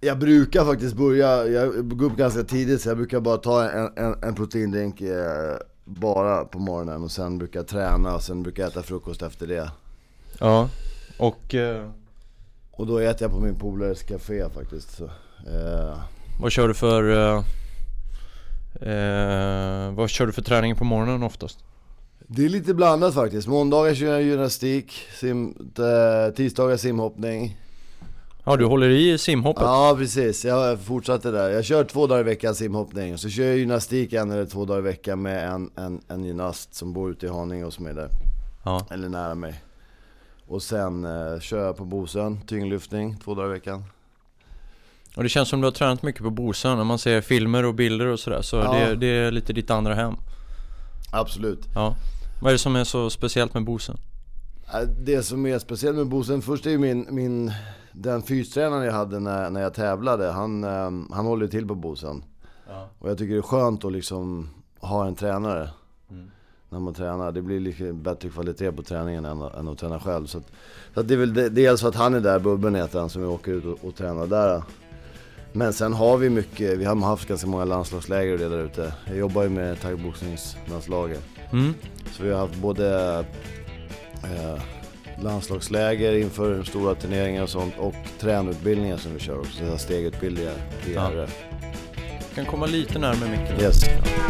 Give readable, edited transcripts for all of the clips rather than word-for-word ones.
Jag brukar faktiskt jag går upp ganska tidigt, så jag brukar bara ta en proteindrink bara på morgonen, och sen brukar jag träna, och sen brukar jag äta frukost efter det. Ja, och då äter jag på min polares café faktiskt. Så, vad kör du för träning på morgonen oftast? det är lite blandat faktiskt. Måndagar kör jag gymnastik, tisdagar simhoppning. Ja, du håller i simhoppet? Ja, precis. Jag fortsatte där. Jag kör 2 dagar i veckan simhoppning. Och så kör jag gymnastik 1 eller 2 dagar i veckan med en gymnast som bor ute i Haninge och som är där. Ja. Eller nära mig. Och sen kör jag på Bosön, tyngdlyftning 2 dagar i veckan. Och det känns som du har tränat mycket på Bosön. När man ser filmer och bilder och sådär, så ja. det är lite ditt andra hem. Absolut. Ja. Vad är det som är så speciellt med Bosön? Det som är speciellt med Bosön, först är ju den fystränaren jag hade när jag tävlade, han håller till på Bosön. Ja. Och jag tycker det är skönt att liksom ha en tränare när man tränar. Det blir lite bättre kvalitet på träningen än att träna själv. Så det är väl dels för att han är där, Bubben heter han, som vi åker ut och tränar där. Men sen har vi har haft ganska många landslagsläger där ute. Jag jobbar ju med thaiboxningslandslaget. Så vi har haft både landslagsläger inför stora turneringar och sånt, och tränutbildningar som vi kör också, så stegutbildningar i RF. Kan komma lite närmare micken. Yes.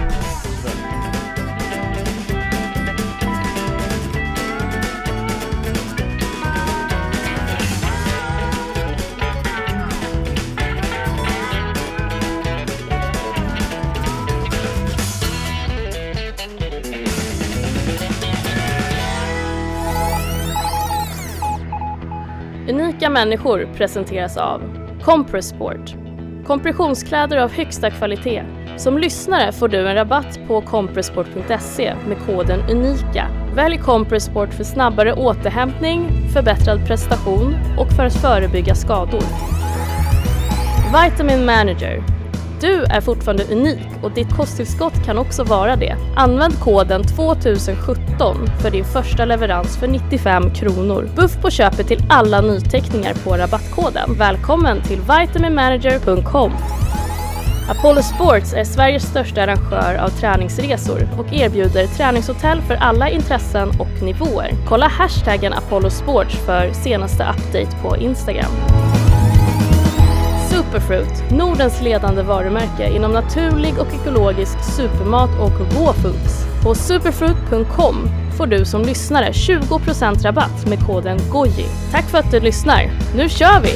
Unika människor presenteras av Compressport. Kompressionskläder av högsta kvalitet. Som lyssnare får du en rabatt på compressport.se med koden UNIKA. Välj Compressport för snabbare återhämtning, förbättrad prestation och för att förebygga skador. Vitamin Manager. Du är fortfarande unik, och ditt kosttillskott kan också vara det. Använd koden 2017 för din första leverans för 95 kronor. Buff på köpet till alla nyteckningar på rabattkoden. Välkommen till vitaminmanager.com. Apollo Sports är Sveriges största arrangör av träningsresor och erbjuder träningshotell för alla intressen och nivåer. Kolla hashtaggen Apollo Sports för senaste update på Instagram. Superfruit, Nordens ledande varumärke inom naturlig och ekologisk supermat och raw foods. På superfruit.com får du som lyssnare 20% rabatt med koden GOJI. Tack för att du lyssnar. Nu kör vi!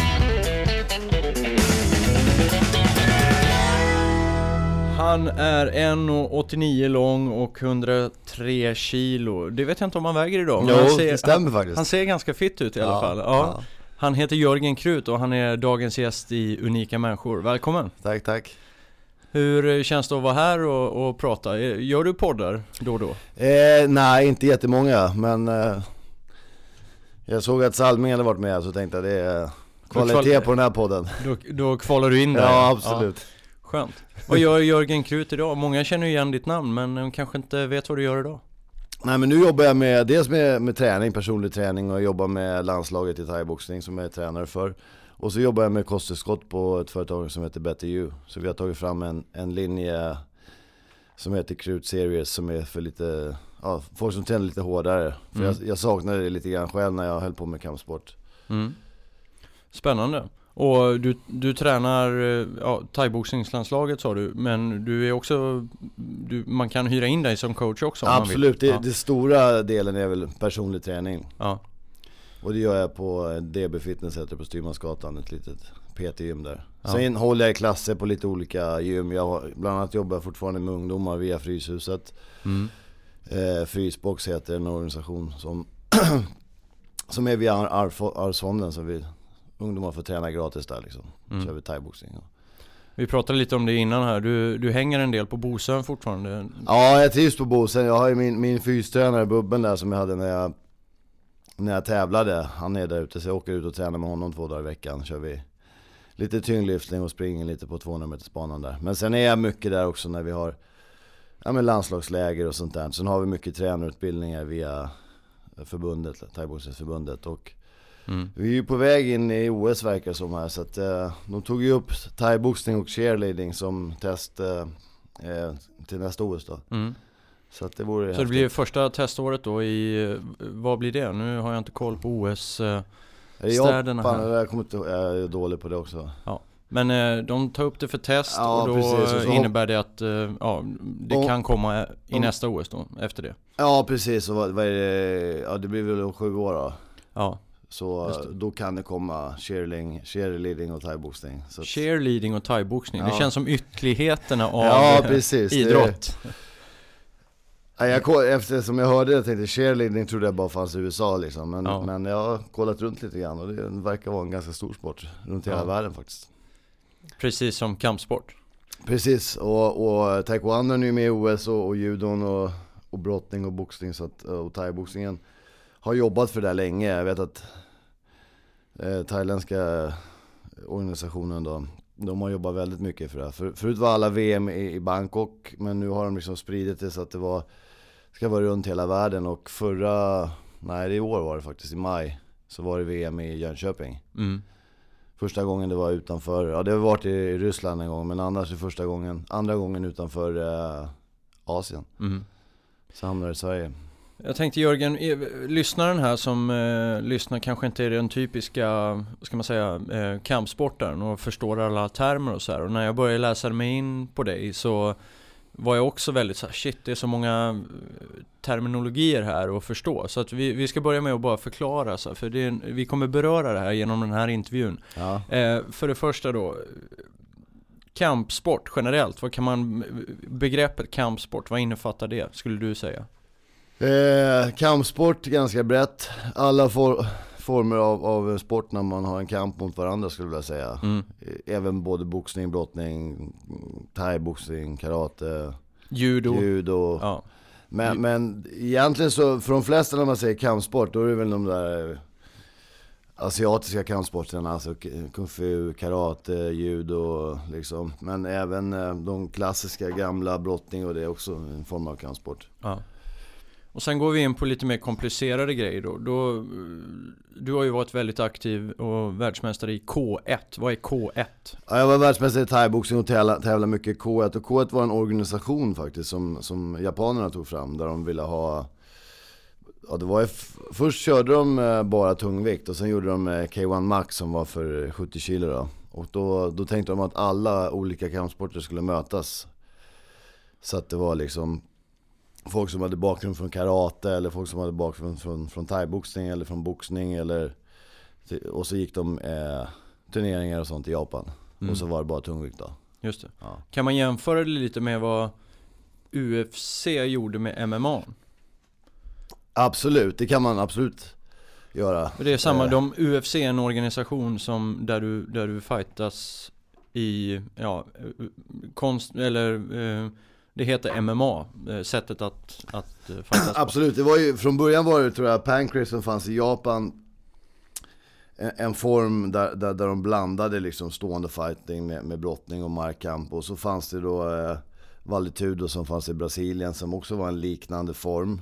Han är 1,89 lång och 103 kilo. Det vet jag inte om han väger idag. Jo, det stämmer faktiskt. Han ser ganska fit ut i alla fall. Ja. Han heter Jörgen Krut och han är dagens gäst i Unika människor. Välkommen. Tack. Hur känns det att vara här och prata? Gör du poddar då och då? Nej, inte jättemånga. Men jag såg att Salming hade varit med, så tänkte jag det är kvalitet på den här podden. Då kvalar du in där. Ja, absolut. Ja. Skönt. Vad gör Jörgen Krut idag? Många känner igen ditt namn, men de kanske inte vet vad du gör idag. Nej, men nu jobbar jag dels med träning, personlig träning, och jobbar med landslaget i thaiboxning som jag är tränare för. Och så jobbar jag med kosttillskott på ett företag som heter Better You. Så vi har tagit fram en linje som heter Krut Series, som är för lite, folk som tränar lite hårdare. För jag saknade det lite grann själv när jag höll på med kampsport. Spännande. Och du tränar thaiboxningslandslaget, sa du, men du är också man kan hyra in dig som coach också om absolut, man vill. Det stora delen är väl personlig träning. Ja. Och det gör jag på DB Fitness, heter på Styrmansgatan, ett litet PT-gym där. Sen håller jag klasser på lite olika gym. Bland annat jobbar jag fortfarande med ungdomar via Fryshuset. Frysbox heter en organisation som är via Arvsfonden, som vi ungdomar får träna gratis där liksom. Kör vi thaiboxning. Vi pratade lite om det innan här. Du hänger en del på Bosön fortfarande. Ja, jag trivs på Bosön. Jag har ju min fystränare Bubben där, som jag hade när jag tävlade. Han är där ute, så jag åker ut och tränar med honom 2 dagar i veckan. Kör vi lite tyngdlyftning och springer lite på 200 meters banan där. Men sen är jag mycket där också när vi har landslagsläger och sånt där. Sen har vi mycket tränarutbildningar via förbundet, thaiboxningsförbundet, och Vi är ju på väg in i OS verkar som här, så att de tog ju upp thaiboxning och cheerleading som test till nästa OS då. Så att det vore så det blir första teståret då i, vad blir det? Nu har jag inte koll på OS-städerna här. Jag är dålig på det också. Ja. Men de tar upp det för test och då precis. Och innebär det att det kan komma i nästa OS då, efter det. Ja, precis. Och vad är det? Ja, det blir väl 7 år då. Ja. Så då kan det komma cheerleading och thaiboxning. Cheerleading och thaiboxning, det känns som ytterligheterna av idrott. Eftersom jag hörde det, jag tänkte cheerleading trodde jag bara fanns i USA liksom. Men jag har kollat runt lite grann och det verkar vara en ganska stor sport runt hela världen faktiskt. Precis som kampsport. Precis, och taekwondo är ju med i OS och judon och brottning och boxning och thaiboxningen har jobbat för det länge. Jag vet att thailändska organisationen då, de har jobbat väldigt mycket för det här. Förut var alla VM i Bangkok, men nu har de liksom spridit det så att det ska vara runt hela världen. Och i år var det faktiskt, i maj, så var det VM i Jönköping. Första gången det var utanför, det har varit i Ryssland en gång, men annars är andra gången utanför Asien. Så hamnar det i Sverige. Jag tänkte Jörgen, lyssnaren här som lyssnar kanske inte är den typiska, ska man säga, kampsportaren och förstår alla termer och så här. Och när jag började läsa mig in på dig så var jag också väldigt så här, shit, det är så många terminologier här att förstå. Så att vi ska börja med att bara förklara så här, för vi kommer beröra det här genom den här intervjun. Ja. För det första då, kampsport generellt, begreppet kampsport, vad innefattar det, skulle du säga? Kampsport ganska brett. Alla former av sport när man har en kamp mot varandra skulle jag vilja säga. Även både boxning, brottning, thaiboxning, karate, judo. Ja. Men egentligen så, för de flesta när man säger kampsport, då är det väl de där asiatiska kampsporterna, alltså kung fu, karate, judo liksom. Men även de klassiska gamla brottning, och det är också en form av kampsport. Ja. Och sen går vi in på lite mer komplicerade grejer då. Du har ju varit väldigt aktiv och världsmästare i K1. Vad är K1? Ja, jag var världsmästare i thaiboxning och tävlade mycket i K1. Och K1 var en organisation faktiskt som japanerna tog fram, där de ville ha... Ja, det var först körde de bara tungvikt och sen gjorde de K1 Max som var för 70 kilo då. Och då tänkte de att alla olika kampsporter skulle mötas. Så att det var liksom folk som hade bakgrund från karate eller folk som hade bakgrund från thaiboxning eller från boxning och så gick de turneringar och sånt i Japan. Och så var det bara tungvikt då. Just det. Ja. Kan man jämföra det lite med vad UFC gjorde med MMA? Absolut, det kan man absolut göra. Det är samma, UFC är en organisation som där du fightas i konst eller det heter MMA, sättet att fightas. Absolut, det var ju från början var det, tror jag, Pancrase som fanns i Japan, en form där de blandade liksom stående fighting med brottning och markkamp, och så fanns det då Vale Tudo som fanns i Brasilien som också var en liknande form.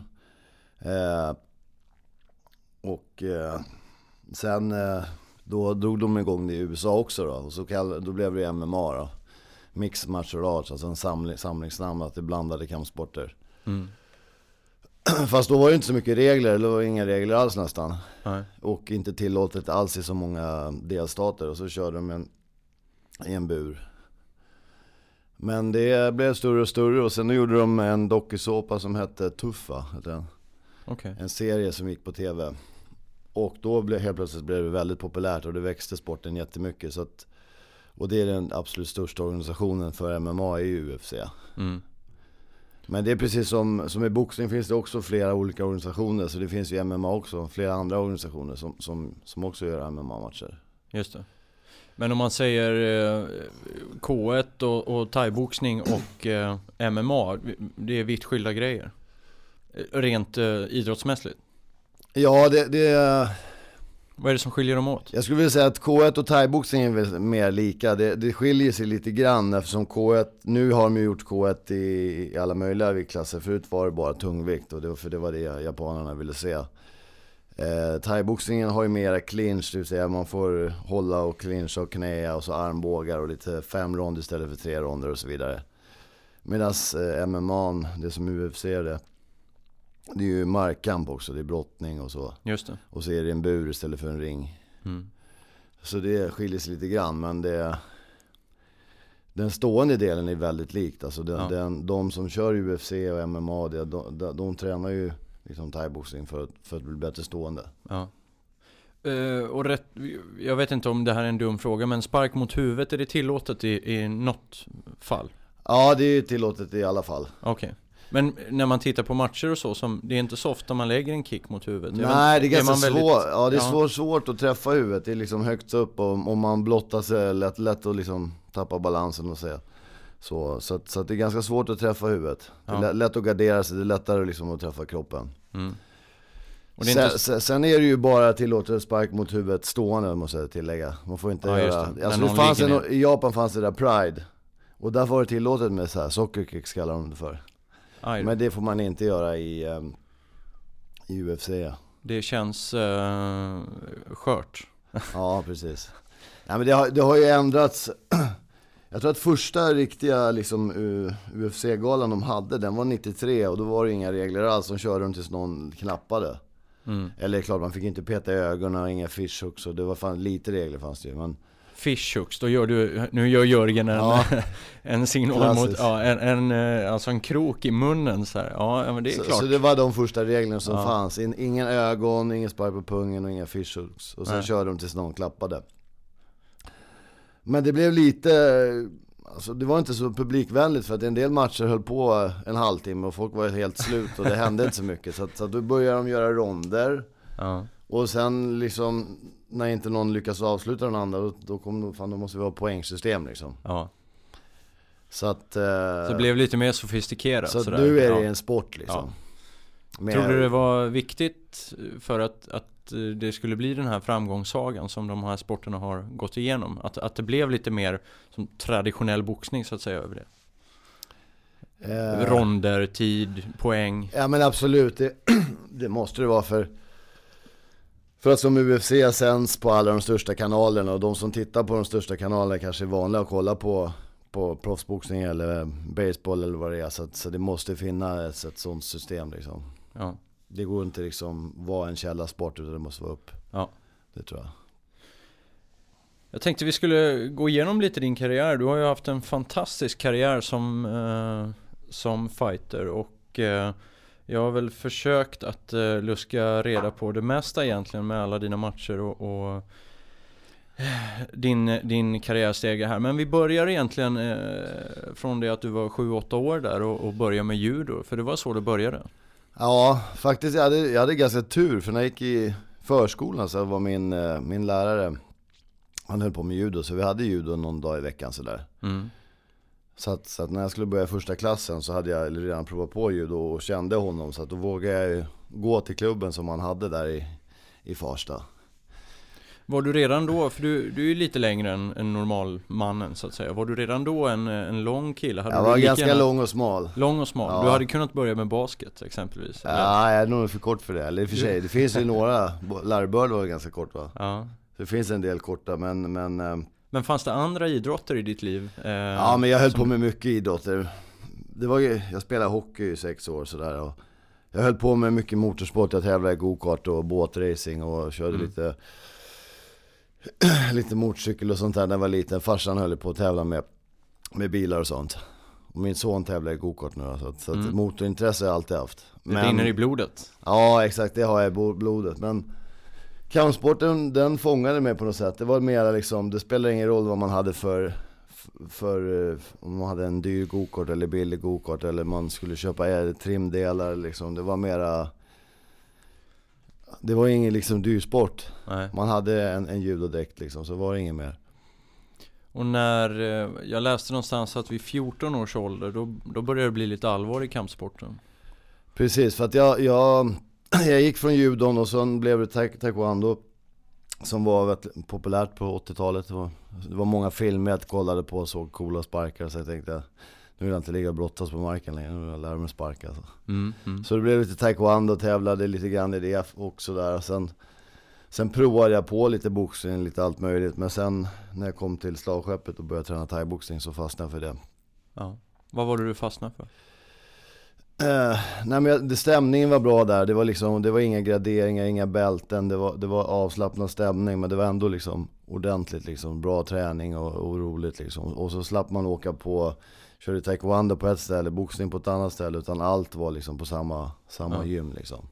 Sen då drog de igång det i USA också då, och då blev det MMA då. Mixed martial arts, alltså en samlingsnamn att det blandade kampsporter. Fast då var det inte så mycket regler, eller var inga regler alls nästan. Nej. Och inte tillåtet alls i så många delstater, och så körde de i en bur. Men det blev större och större, och sen gjorde de en dokusåpa som hette Tuffa, Okay. En serie som gick på tv. Och då helt plötsligt blev det väldigt populärt och det växte sporten jättemycket. Så att, och det är den absolut största organisationen för MMA i UFC. Men det är precis som i boxning finns det också flera olika organisationer. Så det finns ju MMA också, flera andra organisationer som också gör MMA-matcher. Just det. Men om man säger K1 och thaiboxning och MMA, det är vitt skilda grejer. Rent idrottsmässigt. Ja, det vad är det som skiljer dem åt? Jag skulle vilja säga att K1 och thaiboxning är väl mer lika. Det skiljer sig lite grann eftersom K1, nu har de gjort K1 i alla möjliga viktklasser. Förut var det bara tungvikt, och det var det japanerna ville se. Thaiboxningen har ju mera clinch, det vill säga man får hålla och clincha och knäa och så armbågar och lite 5 ronder istället för 3 ronder och så vidare. Medan MMA, det som UFC är det är ju markkamp också, det är brottning och så. Just det. Och så är det en bur istället för en ring. Så det skiljer sig lite grann, men den stående delen är väldigt likt. Alltså de som kör UFC och MMA, de tränar ju liksom thaiboxning för att bli bättre stående. Ja. Och jag vet inte om det här är en dum fråga, men spark mot huvudet, är det tillåtet i något fall? Ja, det är tillåtet i alla fall. Okej. Men när man tittar på matcher och så, det är inte så ofta man lägger en kick mot huvudet. Nej, det är ganska svårt. Ja, det är svårt att träffa huvudet. Det är liksom högt upp och om man blottar sig lätt att liksom tappa balansen och säga. Så det är ganska svårt att träffa huvudet. Det är lätt att gardera sig, det är lättare liksom att träffa kroppen. Och sen är det ju bara tillåtet spark mot huvudet stående, måste jag tillägga. Man får inte göra... Alltså i Japan fanns det där Pride. Och där var det tillåtet med så här soccer kicks kallar de det för. Men det får man inte göra i UFC. Det känns skört. Ja, precis. Ja, men det har ju ändrats. Jag tror att första riktiga liksom, UFC-galan de hade, den var 93 och då var det inga regler alls. De körde dem tills någon knappade. Eller klart, man fick inte peta i ögonen och inga fishhooks, och det var fan lite regler fanns det ju, men... Fishhooks, då nu gör Jörgen en signal mot alltså en krok i munnen så här. Ja, men det är klart. Så det var de första reglerna som fanns. Ingen ögon, ingen spark på pungen och inga fishhooks. Och sen körde de tills någon klappade. Men det blev lite, alltså det var inte så publikvänligt, för att en del matcher höll på en halvtimme och folk var helt slut och det hände inte så mycket. Så då började de göra ronder. Och sen liksom, när inte någon lyckas avsluta den andra, då måste vi ha poängsystem liksom. Så att... så det blev lite mer sofistikerat. Så nu är det en sport liksom. Tror du det var viktigt för att det skulle bli den här framgångssagan som de här sporterna har gått igenom? Att det blev lite mer som traditionell boxning så att säga över det? Ronder, tid, poäng. Ja, men absolut, det måste det vara, för att som UFC sänds på alla de största kanalerna, och de som tittar på de största kanalerna kanske är vanliga att kolla på proffsboxning eller baseball eller vad det är, så det måste finnas ett sånt system liksom. Det går inte liksom vara en källarsport, utan det måste vara upp. Det tror jag. Jag tänkte vi skulle gå igenom lite din karriär. Du har ju haft en fantastisk karriär som fighter, och jag har väl försökt att luska reda på det mesta egentligen med alla dina matcher och din karriärsteg här. Men vi börjar egentligen från det att du var 7-8 år där och började med judo, för det var så det började. Ja, faktiskt jag hade ganska tur, för när jag gick i förskolan så var min lärare, han höll på med judo, så vi hade judo någon dag i veckan sådär. Så att när jag skulle börja första klassen så hade jag redan provat på judo och kände honom, så att då vågade jag ju gå till klubben som han hade där i Farsta. Var du redan då, för du är ju lite längre än normalmannen så att säga, var du redan då en lång kille? Jag var ganska lång och smal. Lång och smal, Du hade kunnat börja med basket exempelvis? Eller? Ja, jag är nog för kort för det, eller i och för sig, det finns ju några, Larry Bird var ganska kort va? Ja. Det finns en del korta, men fanns det andra idrotter i ditt liv? Ja, men jag höll på med mycket idrotter. Jag spelade hockey i 6 år sådär, och jag höll på med mycket motorsport. Jag tävlade i go-kart och båtracing och körde lite motorcykel och sånt där när jag var liten. Farsan höll på att tävla med bilar och sånt. Och min son tävlar i go-kart nu då, så att motorintresse har jag alltid haft. Det rinner i blodet. Ja, exakt, det har jag i blodet. Men kampsporten, den fångade mig på något sätt. Det var mer liksom, det spelar ingen roll vad man hade för om man hade en dyr go-kart eller billig go-kart, eller man skulle köpa trimdelar liksom. Det var mera, det var ingen liksom dyr sport. Nej. Man hade en judodräkt liksom, så var det inget mer. Och när jag läste någonstans att vid 14 års ålder då började det bli lite allvar i kampsporten. Precis, för att jag gick från judon och sen blev det taekwondo, som var populärt på 80-talet. Det var många filmer jag kollade på och såg coola sparkar, så jag tänkte Nu vill jag inte ligga och brottas på marken längre, nu vill jag lära mig sparka alltså. Mm. Så det blev lite taekwondo och tävlade lite grann i det också där. Sen provade jag på lite boxning, lite allt möjligt. Men sen när jag kom till slagskeppet och började träna thaiboxning så fastnade jag för det. Ja. Vad var det du fastnade för? Nej men stämningen var bra där. Det var inga graderingar, inga bälten. Det var avslappnad stämning, men det var ändå liksom ordentligt liksom, bra träning och roligt liksom. Och så slapp man åka på, körde taekwondo på ett ställe, boxning på ett annat ställe, utan allt var liksom på samma gym liksom.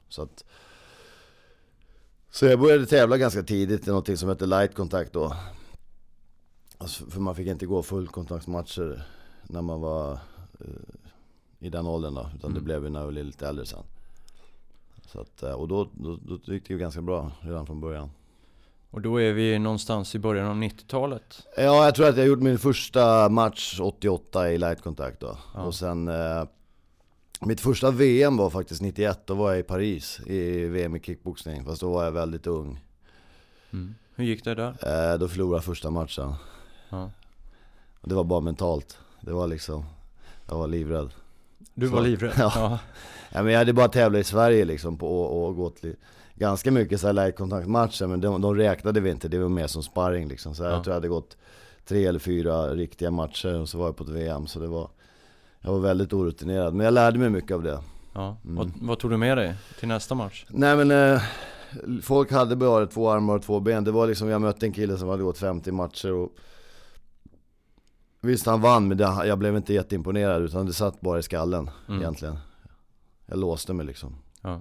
Så jag började tävla ganska tidigt i något som heter light contact då. Alltså, för man fick inte gå fullkontaktsmatcher när man var i den åldern då, utan det blev ju när jag blev lite äldre sen. Så att, och då gick det ju ganska bra redan från början. Och då är vi någonstans i början av 90-talet. Ja, jag tror att jag gjort min första match 88 i light contact då. Ja. Och sen mitt första VM var faktiskt 91, då var jag i Paris i VM i kickboxning, fast då var jag väldigt ung. Hur gick det där? Då förlorade jag första matchen. Ja. Och det var bara mentalt. Det var liksom, jag var livrädd. Du var livrädd? Ja. Ja, men jag hade bara tävlat i Sverige liksom och gått ganska mycket så här light contact-matcher, men de räknade vi inte, det var mer som sparring liksom. Så jag tror jag hade gått 3 eller 4 riktiga matcher och så var jag på ett VM, så jag var väldigt orutinerad, men jag lärde mig mycket av det. Ja. Vad tog du med dig till nästa match? Nej men folk hade bara 2 armar och 2 ben. Det var liksom, jag mötte en kille som hade gått 50 matcher och visst han vann, men jag blev inte jätteimponerad, utan det satt bara i skallen egentligen. Jag låste mig liksom. Ja.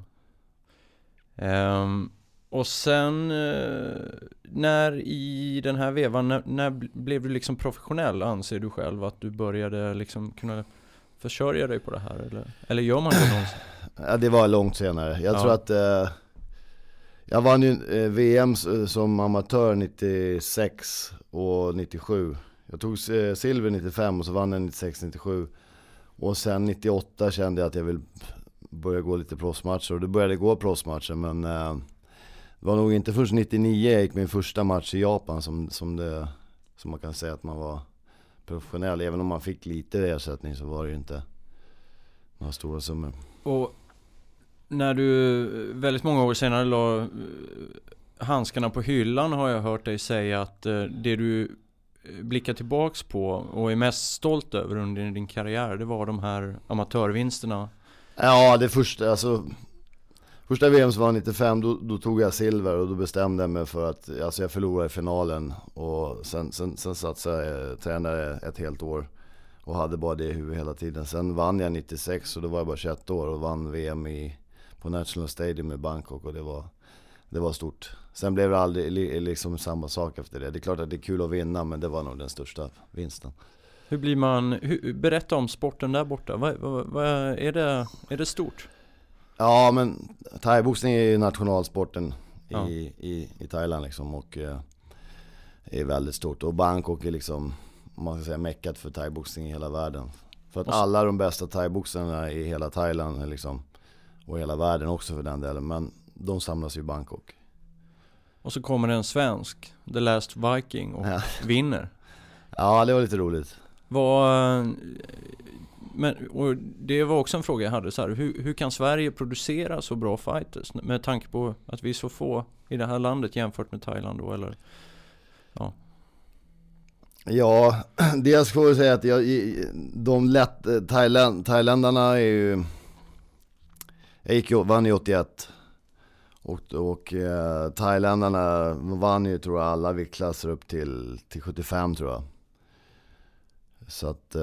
Och sen när i den här vevan, när blev du liksom professionell, anser du själv att du började liksom kunna försörja dig på det här, eller gör man det någonsin? Ja, det var långt senare. Jag tror att jag vann ju VM som amatör 96 och 97. Jag tog silver 95 och så vann jag 96-97. Och sen 98 kände jag att jag vill börja gå lite proffsmatcher, och då började gå proffsmatcher, men det var nog inte först 99 jag gick min första match i Japan som man kan säga att man var professionell. Även om man fick lite ersättning så var det ju inte några stora summor. Och när du väldigt många år senare la handskarna på hyllan, har jag hört dig säga att det du blickar tillbaks på och är mest stolt över under din karriär, det var de här amatörvinsterna. Ja, det första VM som var 95, då tog jag silver, och då bestämde jag mig för att jag förlorade i finalen, och sen satsade jag, tränade ett helt år och hade bara det i huvudet hela tiden. Sen vann jag 96, och då var jag bara 21 år och vann VM på National Stadium i Bangkok, och det var stort. Sen blev det aldrig liksom samma sak efter det. Det är klart att det är kul att vinna, men det var nog den största vinsten. Hur blir man, berätta om sporten där borta. Är det stort? Ja, men thaiboxning är ju nationalsporten i Thailand liksom, och är väldigt stort. Och Bangkok är liksom, man ska säga, meckat för thaiboxning i hela världen. För att alla de bästa thaiboxarna i hela Thailand liksom, och hela världen också för den delen, men de samlas ju i Bangkok. Och så kommer en svensk, The Last Viking, och vinner. Ja, det var lite roligt. Och det var också en fråga jag hade så här, hur kan Sverige producera så bra fighters med tanke på att vi är så få i det här landet jämfört med Thailand då, eller? Ja, det jag skulle säga att thailändarna är ju, vann ju 81, och thailändarna vann ju, tror jag, alla viktklasser upp till 75, tror jag. Så att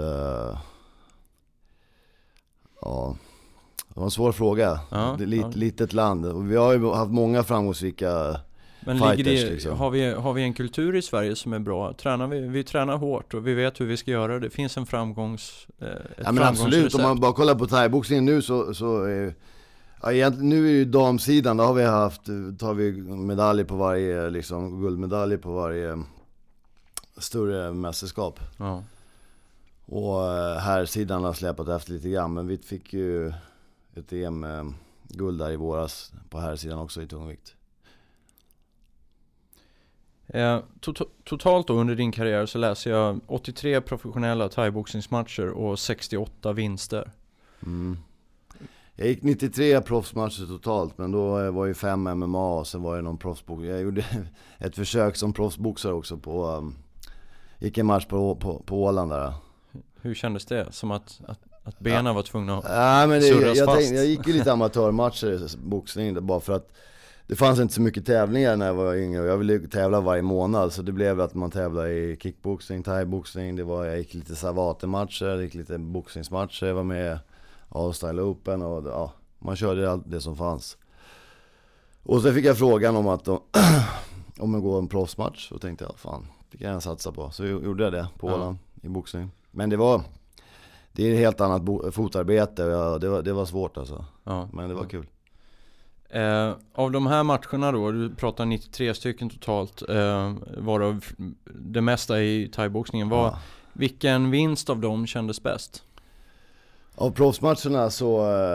ja, det var en svår fråga. Det är litet land, och vi har ju haft många framgångsrika fighters liksom. Har vi en kultur i Sverige som är bra? Vi tränar hårt och vi vet hur vi ska göra. Det finns en ja, men absolut, om man bara kollar på thaiboxningen nu så egentligen nu är ju damsidan, då tar vi medaljer på varje, liksom guldmedaljer på varje större mästerskap. Ja. Och här sidan har släpat efter lite grann, men vi fick ju ett EM-guld där i våras på här sidan också i tungvikt. Totalt då under din karriär så läser jag 83 professionella thaiboxningsmatcher och 68 vinster. Jag gick 93 proffsmatcher totalt, men då var ju 5 MMA och sen var det någon proffsboxare. Jag gjorde ett försök som proffsboxare också på gick en match på Åland där. Hur kändes det? Som att benen var tvungna att surras fast? Jag gick ju lite amatörmatcher i boxning bara för att det fanns inte så mycket tävlingar när jag var yngre och jag ville tävla varje månad, så det blev att man tävlade i kickboxning, thaiboxning, jag gick lite savatematcher, jag gick lite boxningsmatcher, jag var med All-Style Open och ja, man körde allt det som fanns. Och så fick jag frågan om att om jag går en proffsmatch, och tänkte jag, fan, det kan jag satsa på. Så gjorde jag det på Åland i boxning. Men det är ett helt annat fotarbete och det var svårt alltså. Ja. Men det var kul. Av de här matcherna då, du pratar 93 stycken totalt, varav det mesta i thaiboxningen. Vilken vinst av dem kändes bäst? Av proffsmatcherna så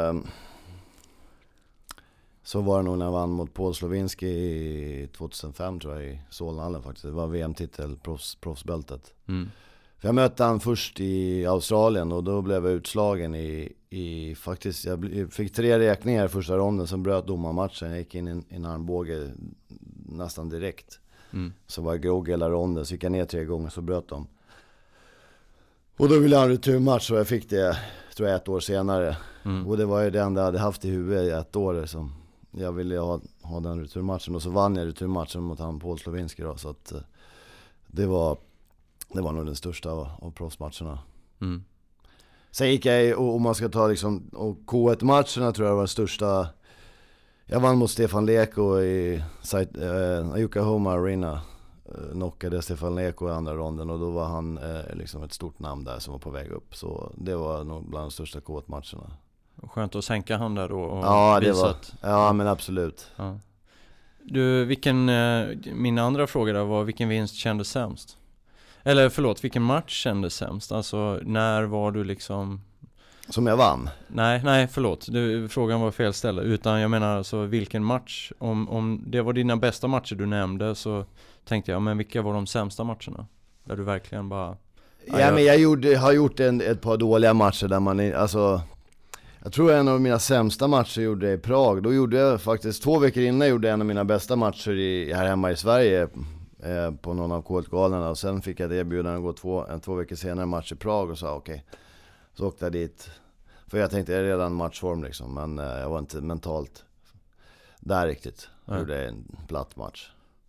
var det nog när jag vann mot Paul Slovinski i 2005 tror jag, i Solnahallen faktiskt. Det var VM-titel, proffsbältet. För jag mötte han först i Australien och då blev jag utslagen i faktiskt, jag fick 3 räkningar i första ronden, som bröt domarmatchen. Jag gick in i en armbåge nästan direkt. Så var jag grogg hela ronden, så gick jag ner 3 gånger, så bröt de. Och då ville jag ha en returmatch, och jag fick det, tror jag, 1 år senare. Och det var ju det enda jag hade haft i huvudet i 1 år. Så jag ville ha den returmatchen, och så vann jag returmatchen mot han Paul Slovinski då. Så att det var nog den största av proffsmatcherna. Sen gick jag, och om man ska ta liksom, och K1-matcherna tror jag var den största. Jag vann mot Stefan Leko i Yokohama Arena. Knockade Stefan Leko i andra ronden, och då var han liksom ett stort namn där som var på väg upp. Så det var nog bland de största K1-matcherna. Skönt att sänka han där då och ja, det var. Ja, men absolut. Ja. Du, min andra fråga där var, vilken vinst kändes sämst? Eller förlåt, vilken match kändes sämst? Alltså, när var du liksom... Som jag vann? Nej, förlåt. Frågan var felställd. Utan jag menar alltså, vilken match? Om det var dina bästa matcher du nämnde, så tänkte jag, men vilka var de sämsta matcherna? Där du verkligen bara... Ja, men jag har gjort ett par dåliga matcher där man... Alltså, jag tror en av mina sämsta matcher gjorde i Prag. Då gjorde jag faktiskt 2 veckor innan gjorde en av mina bästa matcher här hemma i Sverige på någon av K1-galerna. Och sen fick jag det erbjudande att gå 2 veckor senare match i Prag och sa okej. Så åkte jag dit. För jag tänkte, jag är redan matchform liksom. Men jag var inte mentalt där riktigt. Jag gjorde en platt match.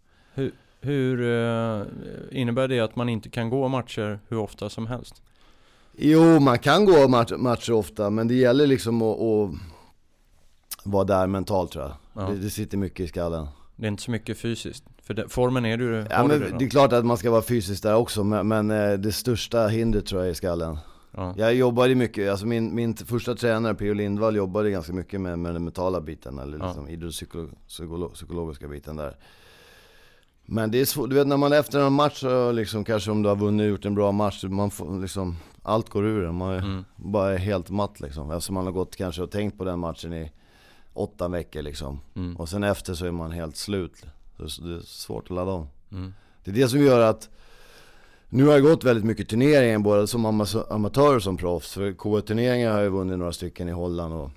Hur innebär det att man inte kan gå matcher hur ofta som helst? Jo, man kan gå matcher ofta. Men det gäller liksom att vara där mentalt, tror jag. Ja. Det sitter mycket i skallen. Det är inte så mycket fysiskt. För formen är du... Ja, men det är klart att man ska vara fysiskt där också. Men det största hindret tror jag är i skallen. Ja. Jag jobbade mycket, alltså min första tränare P.O. Lindvall jobbade ganska mycket med den mentala biten, eller liksom idrottspsykologiska biten där. Men det är svårt, du vet, när man efter en match så liksom, kanske om du har vunnit och gjort en bra match, man får liksom, allt går ur en, man bara är helt matt liksom, eftersom man har gått kanske och tänkt på den matchen i 8 veckor liksom. Och sen efter så är man helt slut, så det är svårt att ladda om. Det är det som gör att nu har jag gått väldigt mycket turneringar, både som amatör och som proffs. För K1-turneringar har jag vunnit några stycken i Holland och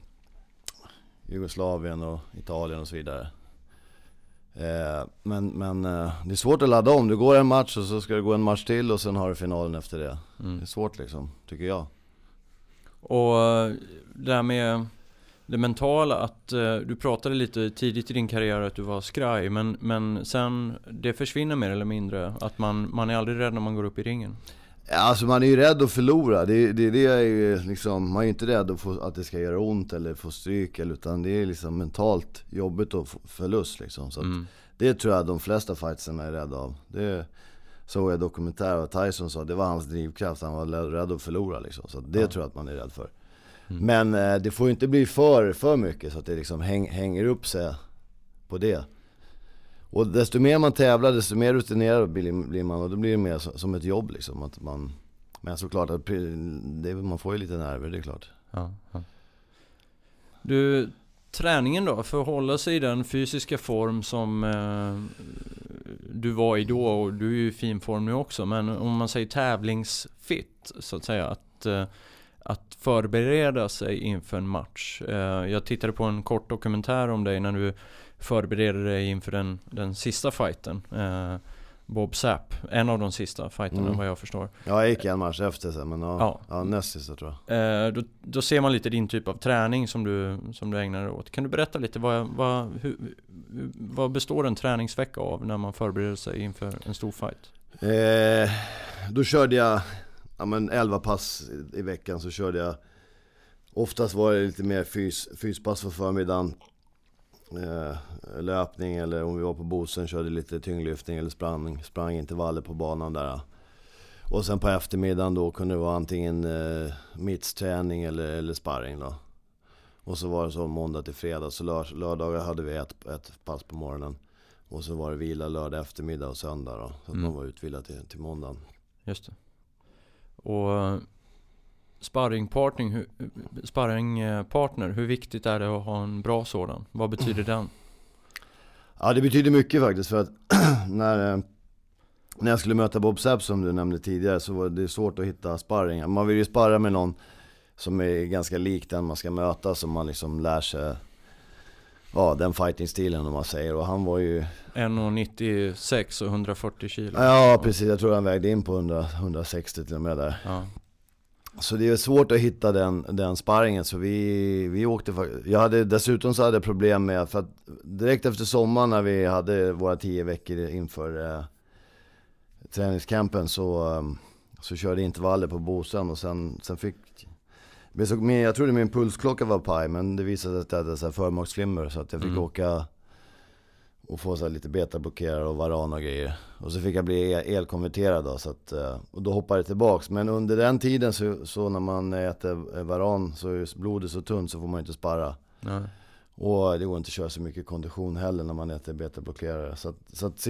Jugoslavien och Italien och så vidare. Men det är svårt att ladda om. Du går en match och så ska du gå en match till och sen har du finalen efter det. Det är svårt liksom, tycker jag. Och det här med det mentala, att du pratade lite tidigt i din karriär att du var skraj, men sen det försvinner mer eller mindre, att man är aldrig rädd när man går upp i ringen. Ja, alltså man är ju rädd att förlora. Det är ju liksom, man är ju inte rädd att det ska göra ont eller få stryk, utan det är liksom mentalt jobbigt att få förlust liksom. Så att det tror jag de flesta fightsen är rädda av. Det såg jag dokumentär av Tyson, sa det var hans drivkraft, han var rädd att förlora liksom. Så det tror jag att man är rädd för. Men det får ju inte bli för mycket så att det liksom hänger upp sig på det. Och desto mer man tävlar, desto mer rutinerad blir man, och då blir det mer som ett jobb liksom, att man, men såklart att man får ju lite nerver, det är klart. Ja. Du, träningen då, för att hålla sig i den fysiska form som du var i då, och du är ju i fin form nu också, men om man säger tävlingsfit så att säga, att förbereda sig inför en match. Jag tittade på en kort dokumentär om dig när du förberedde dig inför den sista fighten. Bob Sapp, en av de sista fighterna vad jag förstår. Ja, jag gick en match efter sen, men ja, näst sista tror jag. Då ser man lite din typ av träning som du ägnar dig åt. Kan du berätta lite vad består en träningsvecka av när man förbereder sig inför en stor fight? Då körde jag 11 pass i veckan, så körde jag. Oftast var det lite mer fyspass för förmiddagen. Löpning, eller om vi var på Bosön körde lite tyngdlyftning eller sprang intervaller på banan där. Och sen på eftermiddagen då kunde det vara antingen mittsträning eller sparring då. Och så var det så måndag till fredag, så lördagar hade vi ett pass på morgonen. Och så var det vila lördag eftermiddag och söndag då. Så att man var utvilad till måndagen. Just det. Och sparringpartner, hur viktigt är det att ha en bra sådan? Vad betyder den? Ja, det betyder mycket faktiskt, för att när jag skulle möta Bob Sapp som du nämnde tidigare, så var det svårt att hitta sparring. Man vill ju sparra med någon som är ganska lik den man ska möta, som man liksom lär sig den fighting-stilen om man säger. Och han var ju 1,96 och 140 kilo. Ja, precis. Jag tror han vägde in på 160 till och med där. Ja. Så det är svårt att hitta den sparringen, så vi åkte dessutom så hade jag problem med, för att direkt efter sommaren när vi hade våra 10 veckor inför träningscampen så körde intervaller på Bosön, och sen fick jag trodde min pulsklocka var paj, men det visade sig att jag hade så här förmaksflimmer, så att jag fick åka och få så här lite betablockerare och varan och grejer. Och så fick jag bli elkonverterad då, så att, och då hoppade det tillbaks. Men under den tiden så när man äter varan så är blodet så tunt, så får man inte sparra. Nej. Och det går inte att köra så mycket kondition heller när man äter betablockerare. Så att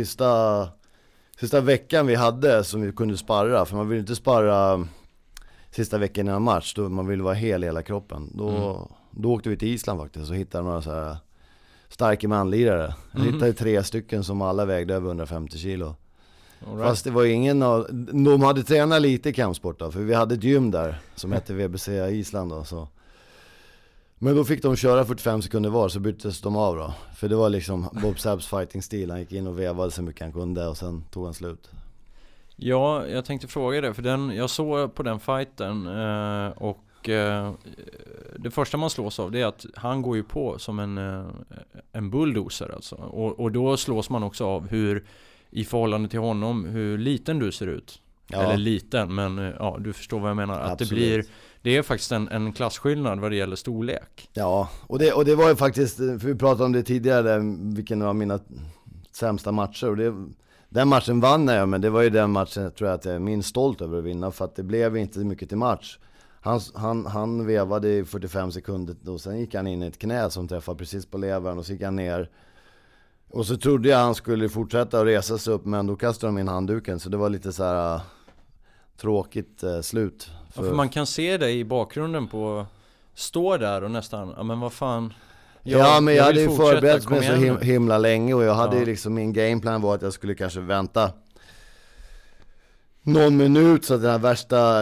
sista veckan vi hade som vi kunde sparra, för man vill inte sparra sista veckan innan match, då man vill vara hela kroppen. Då åkte vi till Island faktiskt och hittade några så här starka manlirare. Jag hittade 3 stycken som alla vägde över 150 kilo. Right. Fast det var ingen de hade tränat lite kampsport då, för vi hade ett gym där som hette VBC Island då, så. Men då fick de köra 45 sekunder var, så byttes de av då. För det var liksom Bob Sapps fighting-stil. Han gick in och vevade så mycket han kunde, och sen tog han slut. Ja, jag tänkte fråga det, för jag såg på den fighten och det första man slås av det är att han går ju på som en bulldozer alltså. Och då slås man också av hur, i förhållande till honom, hur liten du ser ut. Ja. Eller liten, men ja, du förstår vad jag menar. Att det är faktiskt en klasskillnad vad det gäller storlek. Ja, och det var ju faktiskt, för vi pratade om det tidigare, vilken var mina sämsta matcher. Och den matchen vann jag, men det var ju den matchen tror jag att jag är minst stolt över att vinna, för att det blev inte mycket till match. Han vevade i 45 sekunder och sen gick han in i ett knä som träffade precis på levern, och så gick han ner. Och så trodde jag han skulle fortsätta att resa sig upp, men då kastade de in handduken, så det var lite så här tråkigt slut. För man kan se det i bakgrunden på stå där och nästan, men vad fan. Men jag hade ju förberett mig så himla länge, och jag hade liksom, min gameplan var att jag skulle kanske vänta någon minut så att den här värsta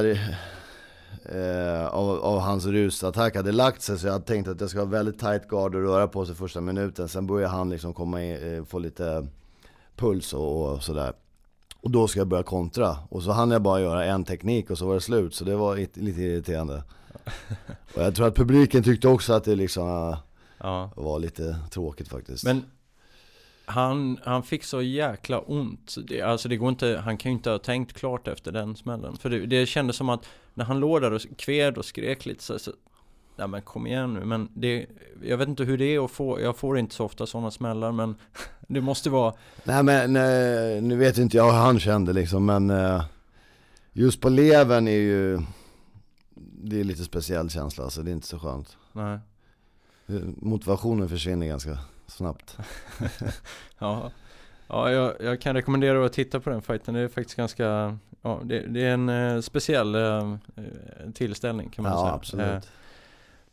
av hans rusattack hade lagt sig, så jag hade tänkt att jag ska ha väldigt tight guard och röra på sig första minuten. Sen börjar han liksom komma in, få lite puls och sådär. Och då ska jag börja kontra. Och så hann jag bara göra en teknik och så var det slut. Så det var lite irriterande. Och jag tror att publiken tyckte också att det liksom var lite tråkigt faktiskt. Men han fick så jäkla ont. Det går inte, han kan ju inte ha tänkt klart efter den smällen. För det kändes som att när han låg där och kved och skrek lite så nej men kom igen nu. Men jag vet inte hur det är att få, jag får inte så ofta sådana smällar, men det måste vara. Nej men nu vet inte jag hur han kände liksom, men just på levern är ju, det är lite speciell känsla, alltså det är inte så skönt. Nej. Motivationen försvinner ganska snabbt. Ja, jag kan rekommendera att titta på den fighten. Det är faktiskt ganska, det är en speciell tillställning kan man säga. Ja, absolut.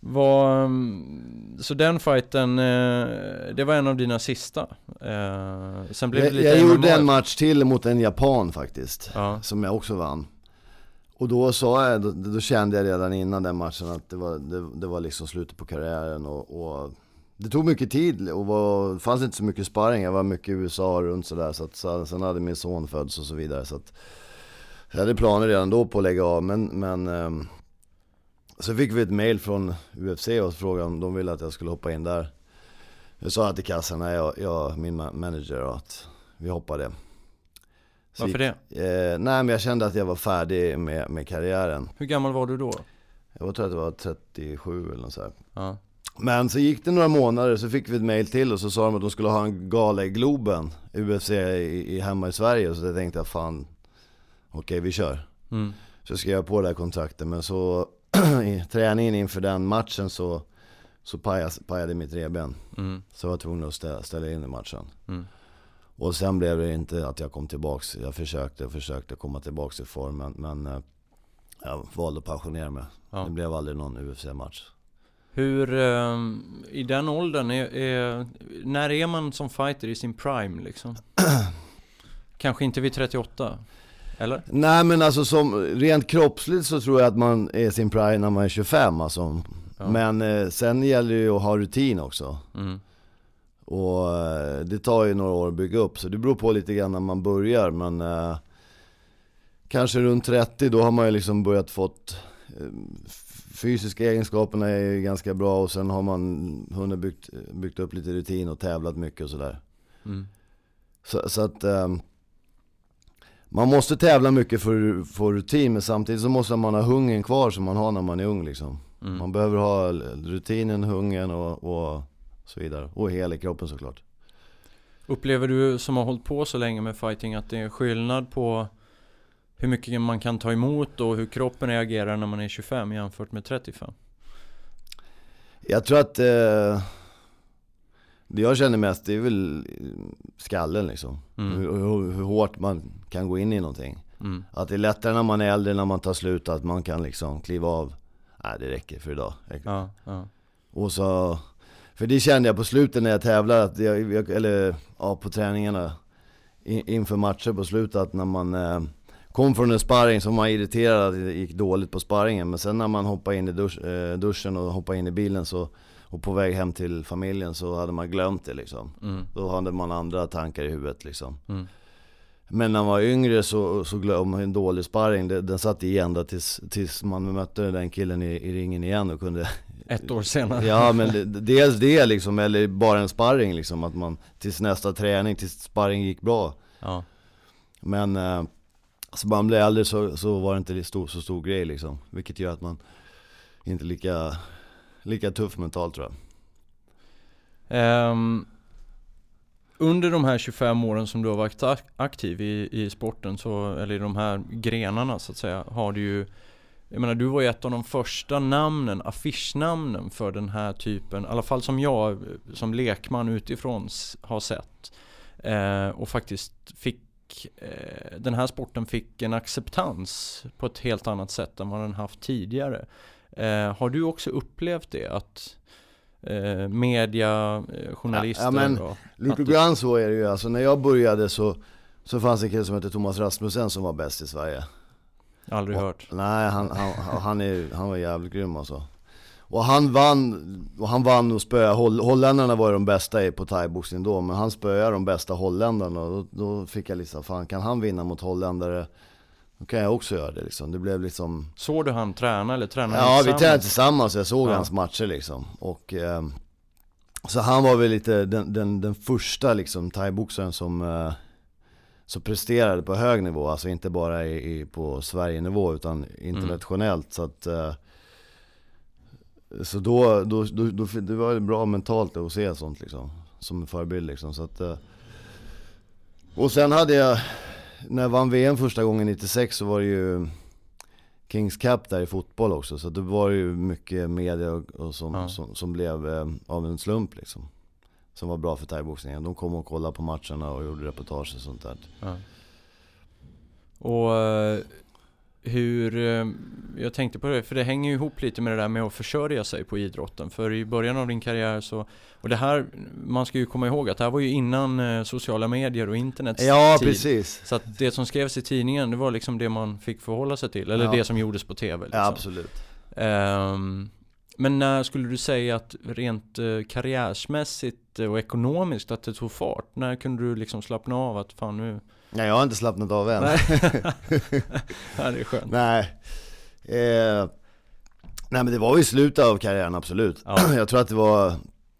Så den fighten, det var en av dina sista. Sen blev det lite jag gjorde en match till mot en japan faktiskt, som jag också vann. Och då då kände jag redan innan den matchen att det var liksom slutet på karriären. Och det tog mycket tid och fanns inte så mycket sparring. Jag var mycket i USA runt sådär. Så sen hade min son föds och så vidare. Så att jag hade planer redan då på att lägga av. Men så fick vi ett mail från UFC och frågade om de ville att jag skulle hoppa in där. Jag sa till kassan, min manager, att vi hoppade. Varför det? Nej, men jag kände att jag var färdig med karriären. Hur gammal var du då? Jag tror att det var 37 eller något så här. Ja. Men så gick det några månader, så fick vi ett mail till och så sa de att de skulle ha en gala i Globen, UFC hemma i Sverige. Så jag tänkte fan, okej, vi kör. Så skrev jag på det här kontraktet, men så i träningen inför den matchen så pajade mitt revben. Så jag var tvungen att ställa in i matchen. Och sen blev det inte att jag kom tillbaks. Jag försökte komma tillbaks i formen, men jag valde att pensionera mig. Det blev aldrig någon UFC-match. Hur, i den åldern, när är man som fighter i sin prime liksom? Kanske inte vid 38, eller? Nej, men alltså som rent kroppsligt så tror jag att man är sin prime när man är 25 alltså. Men sen gäller det ju att ha rutin också. Och det tar ju några år att bygga upp, så det beror på lite grann när man börjar. Men kanske runt 30, då har man ju liksom börjat fått fysiska egenskaperna är ju ganska bra. Och sen har man hunnit byggt upp lite rutin och tävlat mycket och sådär. Så att man måste tävla mycket för att få rutin, men samtidigt så måste man ha hungern kvar som man har när man är ung liksom. Man behöver ha rutinen, hungern och så vidare. Och hela kroppen såklart. Upplever du som har hållit på så länge med fighting att det är skillnad på hur mycket man kan ta emot och hur kroppen reagerar när man är 25 jämfört med 35? Jag tror att det jag känner mest, det är väl skallen liksom. Hur hårt man kan gå in i någonting. Att det är lättare när man är äldre, när man tar slut, att man kan liksom kliva av. Nej, det räcker för idag. Och så, för det kände jag på slutet när jag tävlade, att på träningarna inför matcher på slutet, att när man kom från en sparring så var man irriterad att det gick dåligt på sparringen. Men sen när man hoppade in i duschen och hoppade in i bilen och på väg hem till familjen, så hade man glömt det liksom. Då hade man andra tankar i huvudet liksom. Men när man var yngre så glömde man en dålig sparring. Den satt igen då tills man mötte den killen i ringen igen och kunde... Ett år senare. Ja, men dels det liksom, eller bara en sparring liksom, att man tills nästa träning, tills sparring gick bra. Men så man blev äldre så var det inte så stor grej liksom. Vilket gör att man inte lika tuff mentalt, tror jag. Under de här 25 åren som du har varit aktiv i sporten, eller i de här grenarna så att säga, har du ju, jag menar, du var ju ett av de första affischnamnen för den här typen, i alla fall som jag som lekman utifrån har sett. Och faktiskt den här sporten fick en acceptans på ett helt annat sätt än vad den haft tidigare. Har du också upplevt det, att media, journalister... Ja, men lite grann så är det ju. Alltså, när jag började så fanns en kille som hette Thomas Rasmussen som var bäst i Sverige. Aldrig hört. Nej, han var jävligt grym alltså. Och han vann och spöade. Holländarna var ju de bästa på thaiboxning då, men han spöade de bästa holländarna. Och då fick jag liksom, fan, kan han vinna mot holländare, då kan jag också göra det liksom. Det blev liksom... Såg du han träna eller träna? Ja, vi tränade tillsammans. Jag såg hans matcher liksom. Och så han var väl lite den första liksom thaiboxaren som presterade på hög nivå, alltså inte bara på Sverige-nivå utan internationellt. Så att så då det var bra mentalt att se sånt liksom, som en förebild liksom. Så att, och sen hade jag, när jag vann VM första gången 96, så var det ju Kings Cup där i fotboll också. Så det var ju mycket media och som blev av en slump liksom, som var bra för thaiboxningen. De kom och kollade på matcherna och gjorde reportage och sånt där. Och Jag tänkte på det, för det hänger ju ihop lite med det där med att försörja sig på idrotten. För i början av din karriär så, och det här, man ska ju komma ihåg att det här var ju innan sociala medier och internets tid. Precis. Så att det som skrevs i tidningen, det var liksom det man fick förhålla sig till, eller det som gjordes på tv liksom. Ja, absolut. Men när skulle du säga att rent karriärsmässigt och ekonomiskt att det tog fart? När kunde du liksom slappna av att fan nu... Nej, jag har inte slappnat av än. Nej. Ja, det är skönt. Nej. Nej, men det var ju slutet av karriären, absolut. Ja. Jag tror att det var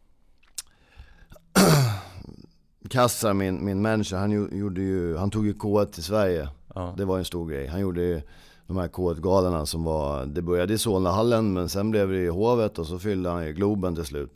Kassar, min manager, han tog ju K1 till Sverige. Ja. Det var en stor grej. Han gjorde ju de här K1-galerna som var, det började i Solnahallen, men sen blev det i Hovet och så fyllde han ju Globen till slut.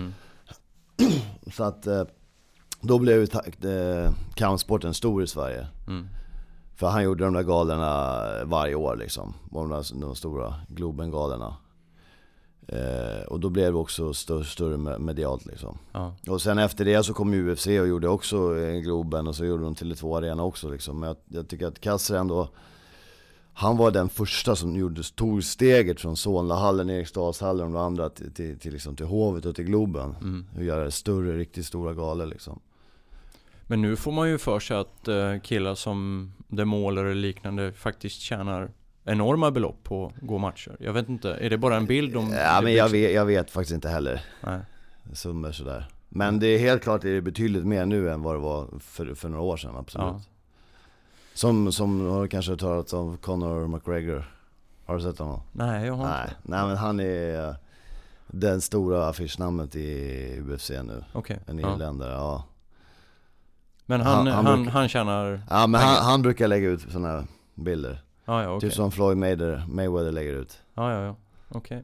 Så att då blev ju kampsporten stor i Sverige. För han gjorde de där galerna varje år liksom, de stora Globen-galerna. Och då blev det också större medialt liksom. Ja. Och sen efter det så kom UFC och gjorde också Globen, och så gjorde de Tele2 Arena också liksom. Men jag tycker att Kasser ändå, han var den första som tog steget från Solnahallen, Eriksdalshallen och de andra till Hovet och till Globen. Och göra större, riktigt stora galor liksom. Men nu får man ju för sig att killar som demoler eller liknande faktiskt tjänar enorma belopp på att gå matcher. Jag vet inte, är det bara en bild om... Ja, men jag vet faktiskt inte heller. Nej. Summor sådär. Men det är helt klart, det är betydligt mer nu än vad det var för några år sedan, absolut. Ja. Som har kanske talat om Conor McGregor. Har du sett honom? Nej, jag har inte. Nej, men han är den stora affischnamnet i UFC nu. Okej. En irländare, ja. Men han tjänar... Ja, men han brukar lägga ut såna här bilder. Ja, okay. Typ som Floyd Mayweather lägger ut. Ja. Okej.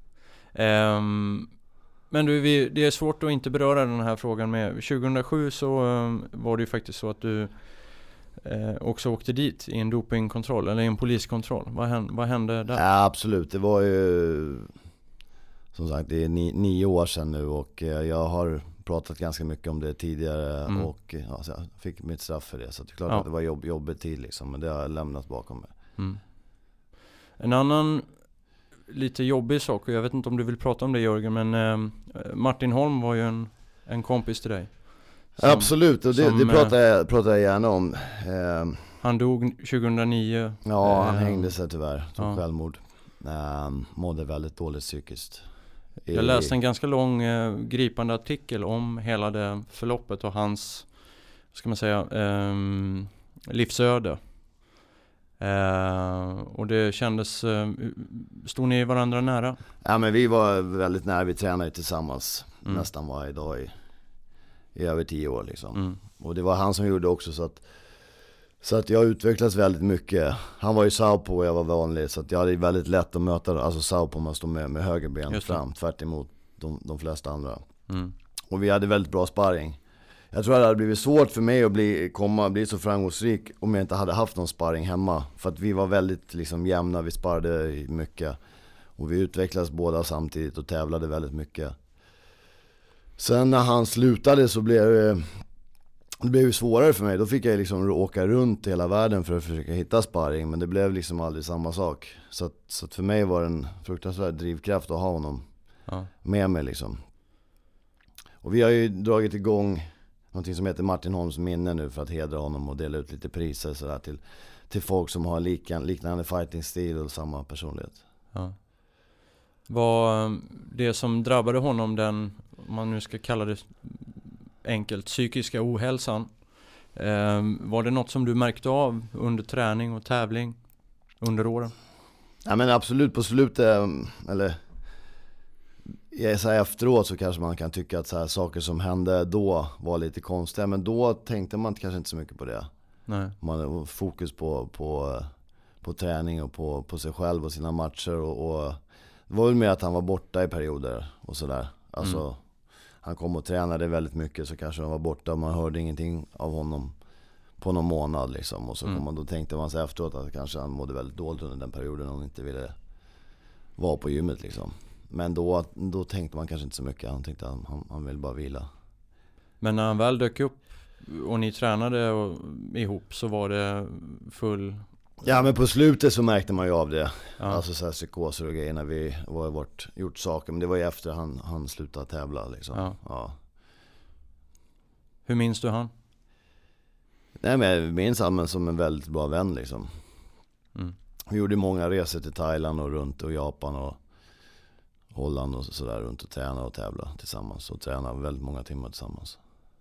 Men du, det är svårt att inte beröra den här frågan med... 2007 så var det ju faktiskt så att du också åkte dit i en dopingkontroll, eller en poliskontroll. Vad hände där? Ja, absolut. Det var ju... Som sagt, det är 9 år sedan nu, och jag har pratat ganska mycket om det tidigare, och så jag fick mitt straff för det. Så det är klart att det var jobbig tid liksom, men det har jag lämnat bakom mig. En annan lite jobbig sak, och jag vet inte om du vill prata om det, Jörgen, men Martin Holm var ju en kompis till dig. Absolut, och det pratar jag gärna om. Han dog 2009. Ja, han hängde sig tyvärr, tog självmord. Mådde väldigt dåligt psykiskt. Jag läste en ganska lång gripande artikel om hela det förloppet och hans, ska man säga, livsöde. Och det kändes, stod ni varandra nära? Ja, men vi var väldigt nära, vi tränade tillsammans nästan varje dag i över 10 år liksom. Och det var han som gjorde också så att jag utvecklades väldigt mycket. Han var ju southpaw och jag var vanlig, så att jag hade väldigt lätt att möta, alltså southpaw, man står med höger ben fram, tvärt emot de flesta andra. Och vi hade väldigt bra sparring. Jag tror att det hade blivit svårt för mig att bli så framgångsrik om jag inte hade haft någon sparring hemma. För att vi var väldigt liksom jämna, vi sparrade mycket. Och vi utvecklades båda samtidigt och tävlade väldigt mycket. Sen när han slutade så blev det ju svårare för mig. Då fick jag liksom åka runt hela världen för att försöka hitta sparring. Men det blev liksom aldrig samma sak. Så att för mig var det en fruktansvärd drivkraft att ha honom med mig liksom. Och vi har ju dragit igång någonting som heter Martin Holms minne nu för att hedra honom och dela ut lite priser så där till folk som har liknande fighting-stil och samma personlighet. Ja. Var det som drabbade honom, den, om man nu ska kalla det enkelt, psykiska ohälsan, var det något som du märkte av under träning och tävling under åren? Ja, men absolut, på slutet, eller så här efteråt så kanske man kan tycka att så här, saker som hände då var lite konstiga, men då tänkte man kanske inte så mycket på det. Nej. Man hade fokus på träning och på sig själv och sina matcher, och det var väl mer att han var borta i perioder och sådär. Alltså han kom och tränade väldigt mycket, så kanske han var borta, man hörde ingenting av honom på någon månad liksom, och så då tänkte man sig efteråt att kanske han mådde väldigt dåligt under den perioden och inte ville vara på gymmet liksom. Men då tänkte man kanske inte så mycket. Han tänkte att han ville bara vila. Men när han väl dök upp och ni tränade ihop, så var det full Ja, men på slutet så märkte man ju av det. Ja. Alltså så här psykoser och grejer när vi var gjort saker. Men det var ju efter han slutade tävla liksom. Ja. Hur minns du han? Nej, men jag minns han som en väldigt bra vän liksom. Vi gjorde många resor till Thailand och runt och Japan och Holland och sådär runt och träna och tävla tillsammans. Och träna väldigt många timmar tillsammans.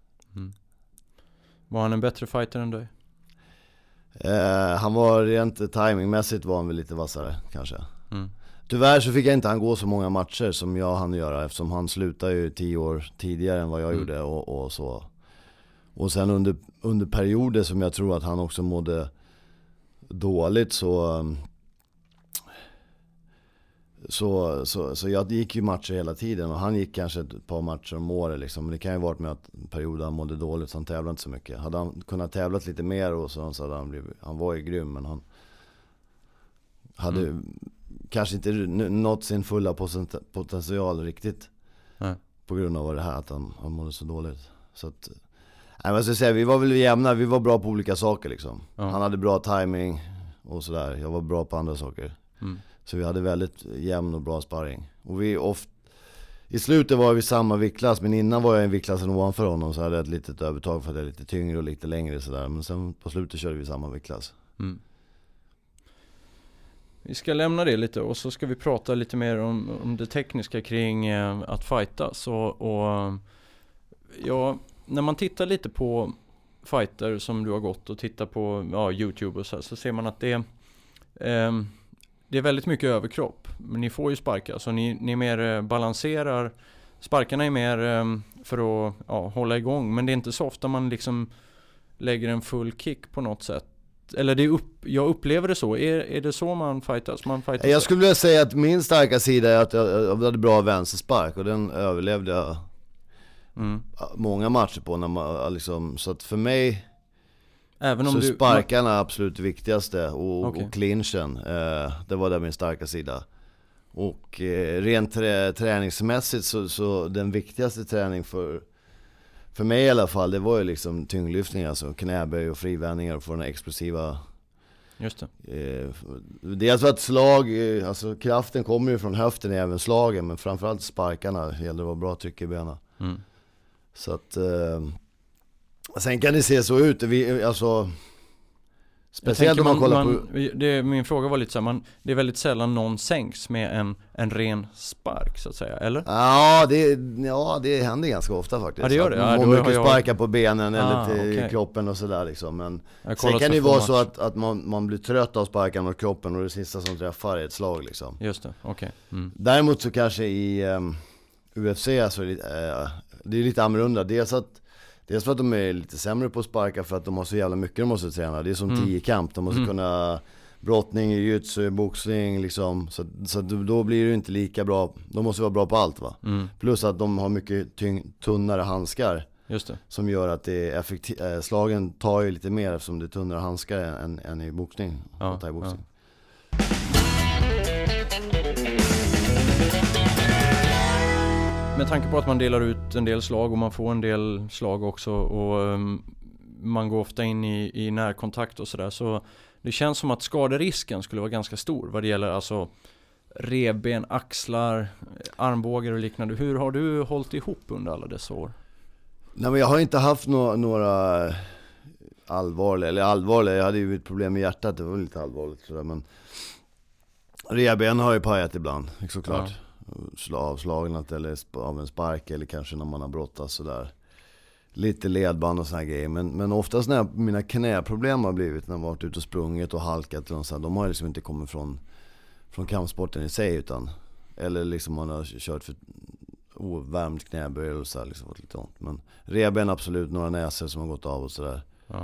Var han en bättre fighter än dig? Han var rent timingmässigt var han väl lite vassare kanske. Tyvärr så fick jag inte han gå så många matcher som jag hann göra, eftersom han slutade ju 10 år tidigare än vad jag gjorde och så. Och sen under perioder som jag tror att han också mådde dåligt så jag gick ju matcher hela tiden och han gick kanske ett par matcher om året liksom. Men det kan ju varit med att perioder han mådde dåligt så han tävlade inte så mycket. Hade han kunnat tävlat lite mer och så hade han var ju grym, men han hade kanske inte nått sin fulla potential riktigt. På grund av det här att han mådde så dåligt. Så att jag ska säga, vi var väl jämna, vi var bra på olika saker liksom. Han hade bra timing och sådär. Jag var bra på andra saker. Så vi hade väldigt jämn och bra sparring. Och i slutet var vi samma viktklass, men innan var jag en viktklass ovanför honom, så hade jag ett litet övertag för att jag är lite tyngre och lite längre sådär. Men sen på slutet körde vi samma viktklass. Vi ska lämna det lite och så ska vi prata lite mer om det tekniska kring att fightas. När man tittar lite på fighter som du har gått och tittar på YouTube och så ser man att det är väldigt mycket överkropp. Men ni får ju sparka, så ni mer balanserar. Sparkarna är mer för att hålla igång. Men det är inte så ofta man liksom lägger en full kick på något sätt. Eller jag upplever det så. Är det så man fightas? Jag skulle vilja säga att min starka sida är att jag hade bra vänsterspark. Och den överlevde jag många matcher på. När man, liksom, så att för mig... Även om så sparkarna är absolut det viktigaste och clinchen, det var där min starka sida. Och rent träningsmässigt så den viktigaste träning för mig i alla fall, det var ju liksom tyngdlyftning, alltså knäböj och frivändningar och få den här explosiva. Just det. Det är alltså ett slag, alltså kraften kommer ju från höften även slagen, men framförallt sparkarna gäller att vara bra tryck i benen. Så att sen kan det se så ut, speciellt om man kollar på... Min fråga var lite så här, det är väldigt sällan någon sänks med en ren spark så att säga, eller? Ja, det händer ganska ofta faktiskt. Ja, det gör det. Någon mycket sparkar på benen eller till kroppen och sådär liksom. Men sen kan det ju vara så att man blir trött av sparkan mot kroppen och det sista som träffar är ett slag liksom. Just det, okej. Däremot så kanske i UFC så det är lite annorlunda. Dels för att de är lite sämre på att sparka, för att de har så jävla mycket de måste träna. Det är som 10 kamp. De måste kunna brottning, jiu-jitsu, boxning liksom. Så då blir det inte lika bra. De måste vara bra på allt va. Plus att de har mycket tunnare handskar. Just det. Som gör att det är slagen tar ju lite mer eftersom det är tunnare handskar än i boxning. Thai-boxning. Med tanke på att man delar ut en del slag och man får en del slag också och man går ofta in i närkontakt och sådär, så det känns som att skaderisken skulle vara ganska stor vad det gäller alltså revben, axlar, armbågar och liknande. Hur har du hållit ihop under alla dessa år? Nej, men jag har inte haft några allvarliga, jag hade ju ett problem med hjärtat, det var lite allvarligt sådär, men revben har ju pajat ibland, såklart. Avslagnat eller av en spark eller kanske när man har brottats sådär. Lite ledband och såna grejer, men oftast när mina knäproblem har blivit när jag varit ute och sprungit och halkat och så här, de har liksom inte kommit från kampsporten i sig, utan eller liksom man har kört för ovärmt knäböj och så här, liksom fått lite ont. Men revben absolut, några näsor som har gått av och sådär.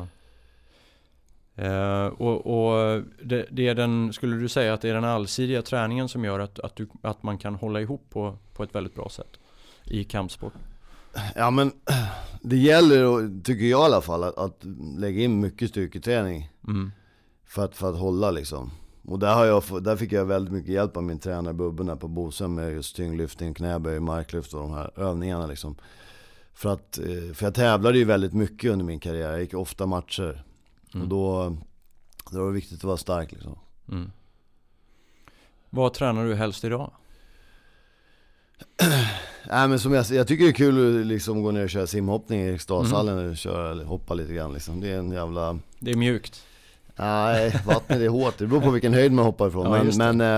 Det är den, skulle du säga att det är den allsidiga träningen som gör att man kan hålla ihop på ett väldigt bra sätt i kampsport? Ja, men det gäller, tycker jag i alla fall, att lägga in mycket styrketräning för att hålla liksom. Och där fick jag väldigt mycket hjälp av min tränare Bubben på Bosön med just tyngdlyftning, knäböj, marklyft och de här övningarna liksom. För jag tävlade ju väldigt mycket under min karriär, jag gick ofta matcher. Och då Det var viktigt att vara stark liksom. Vad tränar du helst idag? Nej, men som jag tycker det är kul att liksom gå ner och köra simhoppning i Eriksdalshallen eller hoppa lite grann liksom. Det är en jävla... Det är mjukt. Nej, vattnet är hårt. Det beror på vilken höjd man hoppar ifrån.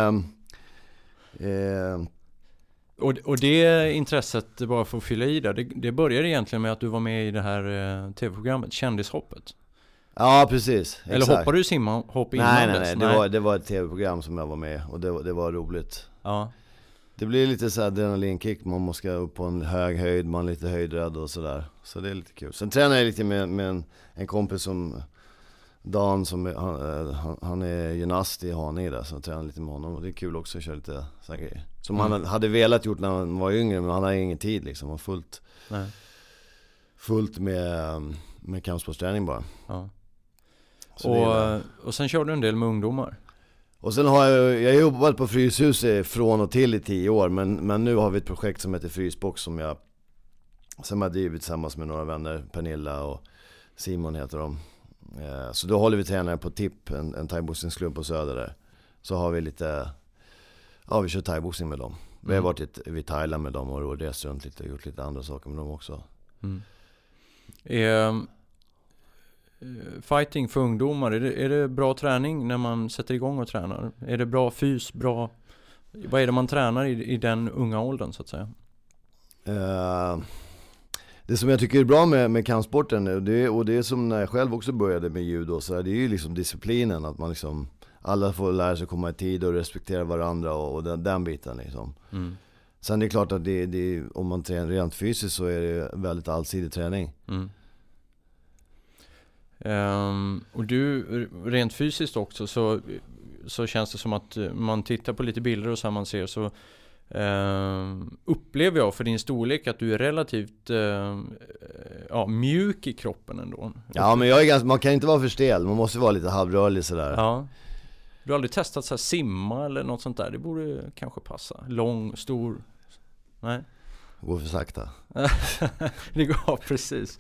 Och det intresset, bara för att fylla i där, det började egentligen med att du var med i det här tv-programmet Kändishoppet. Ja, precis. Eller hoppade du simhopp innan dess? Nej, det var ett tv-program som jag var med och det var roligt. Ja. Det blir lite så här adrenalinkick, man måste upp på en hög höjd, man är lite höjdrädd och sådär. Så det är lite kul. Sen tränar jag lite med en kompis som Dan, som han är gymnast i Haninge där, så jag tränar lite med honom och det är kul också att köra lite så här grejer. Som han hade velat gjort när han var yngre, men han hade ingen tid liksom, han var fullt med kampsportsträning bara. Ja. Och sen kör du en del med ungdomar. Och sen har jag jobbat på Fryshuset från och till i 10 år, men nu har vi ett projekt som heter Frysbox som jag har drivit tillsammans med några vänner, Pernilla och Simon heter de. Så då håller vi tränare på TIP, en thaiboxningsklubb på Söder där. Så har vi vi kör thaiboxning med dem. Vi har varit i Thailand med dem och rest runt lite och gjort lite andra saker med dem också. Fighting för ungdomar, är det bra träning när man sätter igång och tränar? Är det bra fys, vad är det man tränar i den unga åldern så att säga? Det som jag tycker är bra med kampsporten, och det är som när jag själv också började med judo, så det är ju liksom disciplinen, att man liksom alla får lära sig komma i tid och respektera varandra och den biten liksom. Sen det är klart att om man tränar rent fysiskt så är det väldigt allsidig träning. Och du, rent fysiskt också, så känns det som att man tittar på lite bilder och så här man ser, så upplever jag för din storlek att du är relativt mjuk i kroppen ändå. Ja, men man kan inte vara för stel, man måste vara lite halvrörlig sådär. Ja. Du har aldrig testat så här simma eller något sånt där? Det borde kanske passa. Lång, stor. Nej. Det går för sakta. Det går precis.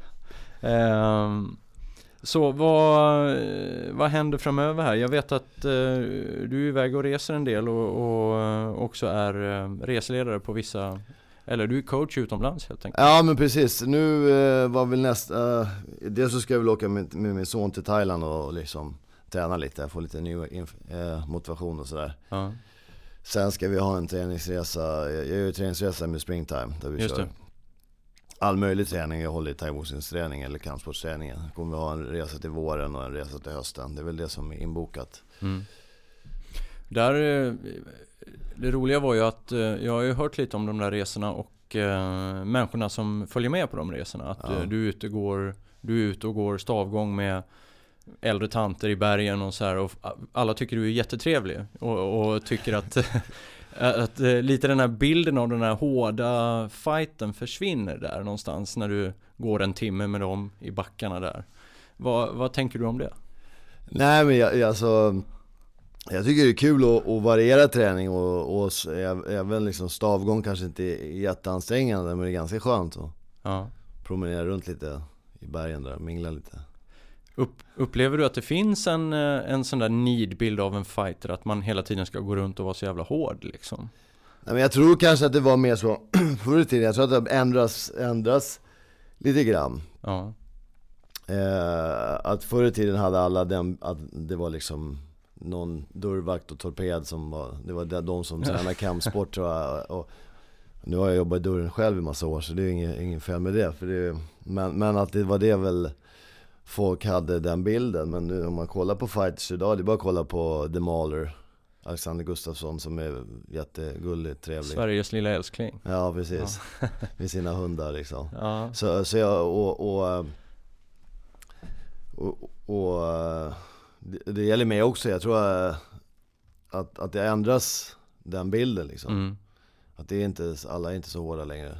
Så vad händer framöver här? Jag vet att du är iväg och reser en del och också är reseledare på vissa, eller du är coach utomlands helt enkelt. Ja, men precis. Nu var väl dels så ska jag väl åka med min son till Thailand och liksom träna lite, få lite ny motivation och sådär. Ja. Sen ska vi ha en träningsresa. Jag gör träningsresa med Springtime där vi kör all möjlig träning. Jag håller i thaiboxningsträning eller kampsportsträningen. Kommer vi ha en resa till våren och en resa till hösten. Det är väl det som är inbokat. Det roliga var ju att jag har ju hört lite om de där resorna och människorna som följer med på de resorna. Att du är ute och går stavgång med äldre tanter i bergen och så här, och alla tycker du är jättetrevlig och tycker att lite den här bilden av den här hårda fighten försvinner där någonstans när du går en timme med dem i backarna där. Vad tänker du om det? Nej, men jag tycker det är kul att variera träning och även liksom stavgång kanske inte är jätteansträngande, men det är ganska skönt att promenera runt lite i bergen där, mingla lite. Upplever du att det finns en sån där nidbild av en fighter, att man hela tiden ska gå runt och vara så jävla hård liksom? Nej, men jag tror kanske att det var mer så förr i tiden. Jag tror att det ändras lite grann. Ja. Att förr i tiden hade alla att det var liksom någon dörrvakt och torped som det var de som tränade kampsport, tror jag. Och nu har jag jobbat i dörren själv i massa år, så det är ingen fel med det, men att det var det väl folk hade, den bilden. Men nu om man kollar på fighters idag, det är bara att kolla på The Mauler, Alexander Gustafsson, som är jättegullig, trevlig. Sveriges lilla älskling. Ja, precis. Med sina hundar liksom. Ja. Så det gäller mig också. Jag tror att det ändras, den bilden liksom. Att det är inte, alla är inte så hårda längre.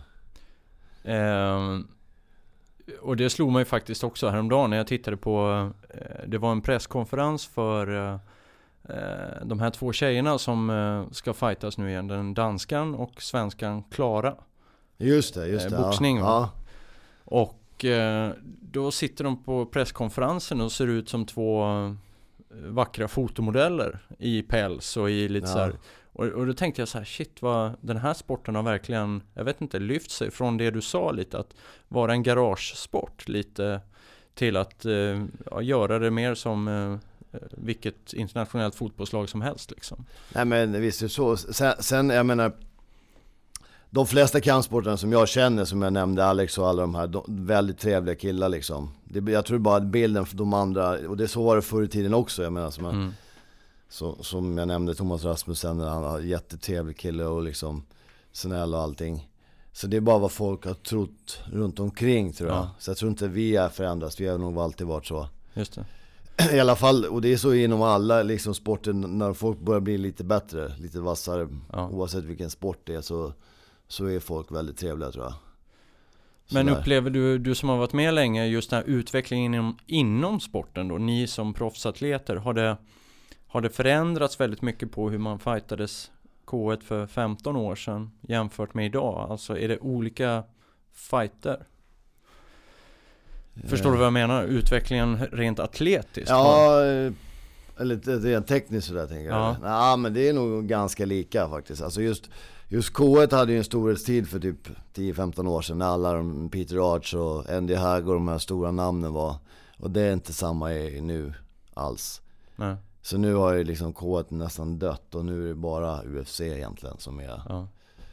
Och det slog mig faktiskt också häromdagen när jag tittade på, det var en presskonferens för de här 2 tjejerna som ska fightas nu igen, den danskan och svenskan Klara. Just det. Boxning. Ja. Och då sitter de på presskonferensen och ser ut som 2 vackra fotomodeller i päls och i lite så här. Och då tänkte jag så här, shit vad den här sporten har verkligen, jag vet inte, lyft sig från det du sa lite, att vara en garagesport lite till att göra det mer som vilket internationellt fotbollslag som helst liksom. Nej men visst är det så. Sen jag menar, de flesta kampsporterna som jag känner, som jag nämnde, Alex och alla de här, väldigt trevliga killar liksom. Jag tror bara att bilden för de andra, och det så var det förr i tiden också, jag menar som jag nämnde, Thomas Rasmussen, han har jättetrevlig kille och liksom snäll och allting. Så det är bara vad folk har trott runt omkring, tror jag. Så jag tror inte vi är förändras, vi har nog alltid varit så. Just det. I alla fall, och det är så inom alla liksom sporter, när folk börjar bli lite bättre, lite vassare, oavsett vilken sport det är, så är folk väldigt trevliga, tror jag. Men upplever du som har varit med länge, just den här utvecklingen inom sporten då, ni som proffsatleter, har det förändrats väldigt mycket på hur man fightades K1 för 15 år sedan jämfört med idag? Alltså är det olika fighter? Förstår du vad jag menar? Utvecklingen rent atletiskt? Ja, eller rent tekniskt sådär, tänker jag. Ja, men det är nog ganska lika faktiskt. Alltså just K1 hade ju en storhetstid för typ 10-15 år sedan, när alla de Peter Arch och Andy Hag och de här stora namnen var. Och det är inte samma nu alls. Nej. Så nu har ju liksom K1 nästan dött, och nu är det bara UFC egentligen som är... Ja.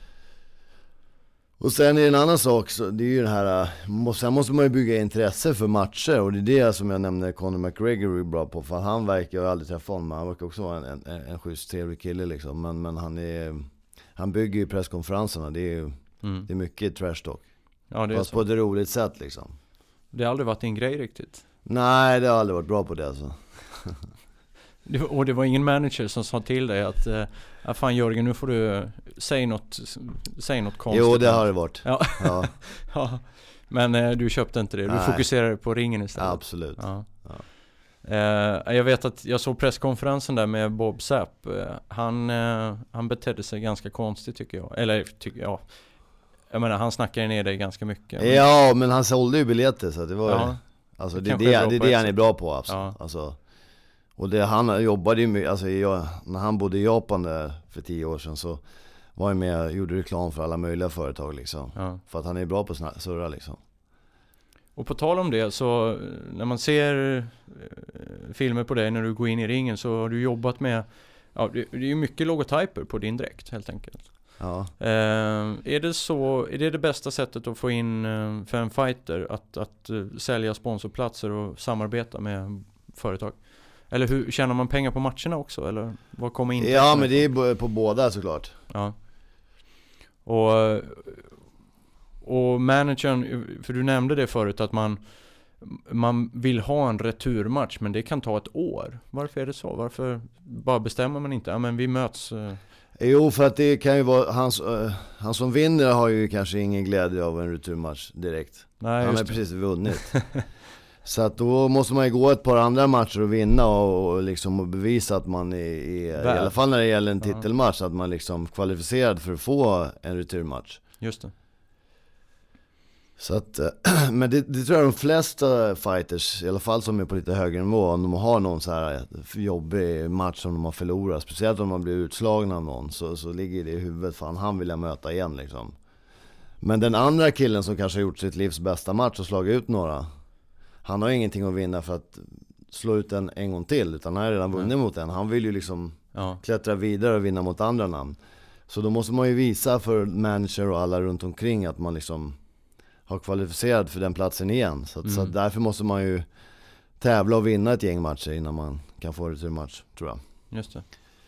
Och sen är det en annan sak, så det är ju det här, sen måste man ju bygga intresse för matcher, och det är det som jag nämnde Conor McGregor är bra på, för han verkar, jag har aldrig träffat honom, men han verkar också vara en schysst trevlig kille liksom, men han bygger ju presskonferenserna, det är mycket trash talk. Ja, det är fast så. På ett roligt sätt liksom. Det har aldrig varit din grej riktigt? Nej, det har aldrig varit bra på det alltså. Och det var ingen manager som sa till dig att fan Jörgen, nu får du säga något konstigt. Jo, det har det varit. Ja. Ja. Men du köpte inte det. Du fokuserade på ringen istället. Absolut. Ja. Jag vet att jag såg presskonferensen där med Bob Sapp. Han betedde sig ganska konstigt, tycker jag. Eller tycker jag. Jag menar, han snackade ner dig ganska mycket. Ja, men han sålde ju biljetter, så det var alltså det är det han är bra på alltså. Och det han jobbade ju med, alltså när han bodde i Japan där för 10 år sedan, så var jag med och gjorde reklam för alla möjliga företag liksom. För att han är bra på surra liksom. Och på tal om det, så när man ser filmer på dig när du går in i ringen, så har du jobbat med, det är ju mycket logotyper på din dräkt helt enkelt. Ja. Är det bästa sättet att få in för en fighter att sälja sponsorplatser och samarbeta med företag? Eller hur tjänar man pengar på matcherna också? Eller vad kommer in? Ja, men det är på båda såklart. Ja. Och managern, för du nämnde det förut, att man vill ha en returmatch, men det kan ta ett år. Varför är det så? Varför bara bestämmer man inte? Ja, men vi möts. Jo, för att det kan ju vara han som vinner har ju kanske ingen glädje av en returmatch direkt. Nej, han har precis vunnit. Så att då måste man ju gå ett par andra matcher och vinna och liksom bevisa att man i alla fall när det gäller en titelmatch, att man liksom kvalificerad för att få en returmatch. Just det. Så att, men det tror jag de flesta fighters, i alla fall som är på lite högre nivå, om de har någon så här jobbig match som de har förlorat, speciellt om de blir utslagna av någon, så ligger det i huvudet, fan han vill jag möta igen liksom. Men den andra killen som kanske har gjort sitt livs bästa match och slagit ut några, han har ingenting att vinna för att slå ut en gång till, utan han har redan vunnit mot en. Han vill ju liksom klättra vidare och vinna mot andra namn. Så då måste man ju visa för manager och alla runt omkring att man liksom har kvalificerat för den platsen igen. Så därför måste man ju tävla och vinna ett gäng matcher innan man kan få det till match, tror jag. Just det.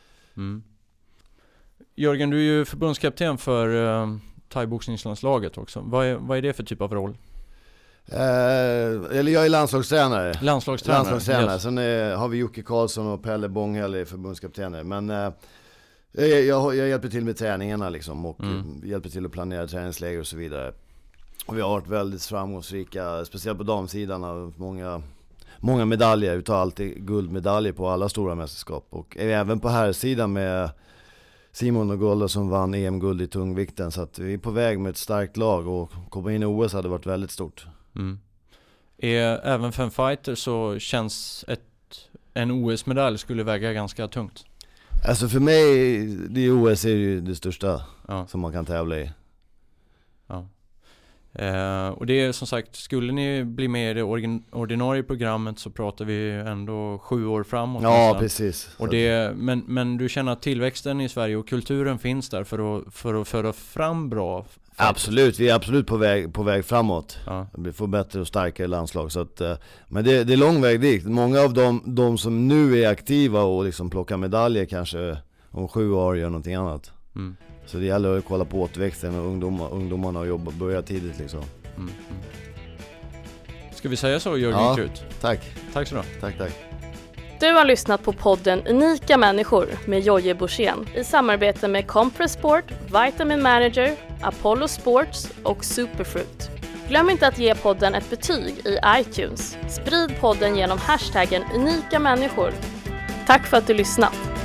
Jörgen, du är ju förbundskapten för thaiboxningslandslaget också. Vad är det för typ av roll? Eller jag är landslagstränare. Landslagstränare. Yes. Sen har vi Jocke Karlsson och Pelle Bånghäll är förbundskaptener. Men jag hjälper till med träningarna liksom, och hjälper till att planera träningsläger och så vidare. Och vi har varit väldigt framgångsrika, speciellt på damsidan, av många medaljer. Vi tar alltid guldmedaljer på alla stora mästerskap. Och även på herrsidan med Simon och Golda som vann EM-guld i tungvikten. Så att vi är på väg med ett starkt lag, och komma in i OS hade varit väldigt stort. Även för en fighter så känns en OS-medalj skulle väga ganska tungt? Alltså för mig, OS är ju det största som man kan tävla i. Ja. Och det är som sagt, skulle ni bli med i det ordinarie programmet så pratar vi ändå 7 år framåt. Ja, nästan. Precis. Och men du känner att tillväxten i Sverige och kulturen finns där för att föra fram bra? Absolut, vi är absolut på väg framåt. Ja. Vi får bättre och starkare landslag. Så att, men det är lång väg dit. Många av de som nu är aktiva och liksom plockar medaljer kanske om 7 år gör någonting annat. Mm. Så det gäller att kolla på återväxten och ungdomarna och börja tidigt liksom. Mm. Ska vi säga så, Jörgen Krut? Tack. Tack så du. Tack. Du har lyssnat på podden Unika människor med Jojje Borssén i samarbete med Compress Sport, Vitamin Manager, Apollo Sports och Superfruit. Glöm inte att ge podden ett betyg i iTunes. Sprid podden genom hashtaggen Unika människor. Tack för att du lyssnat.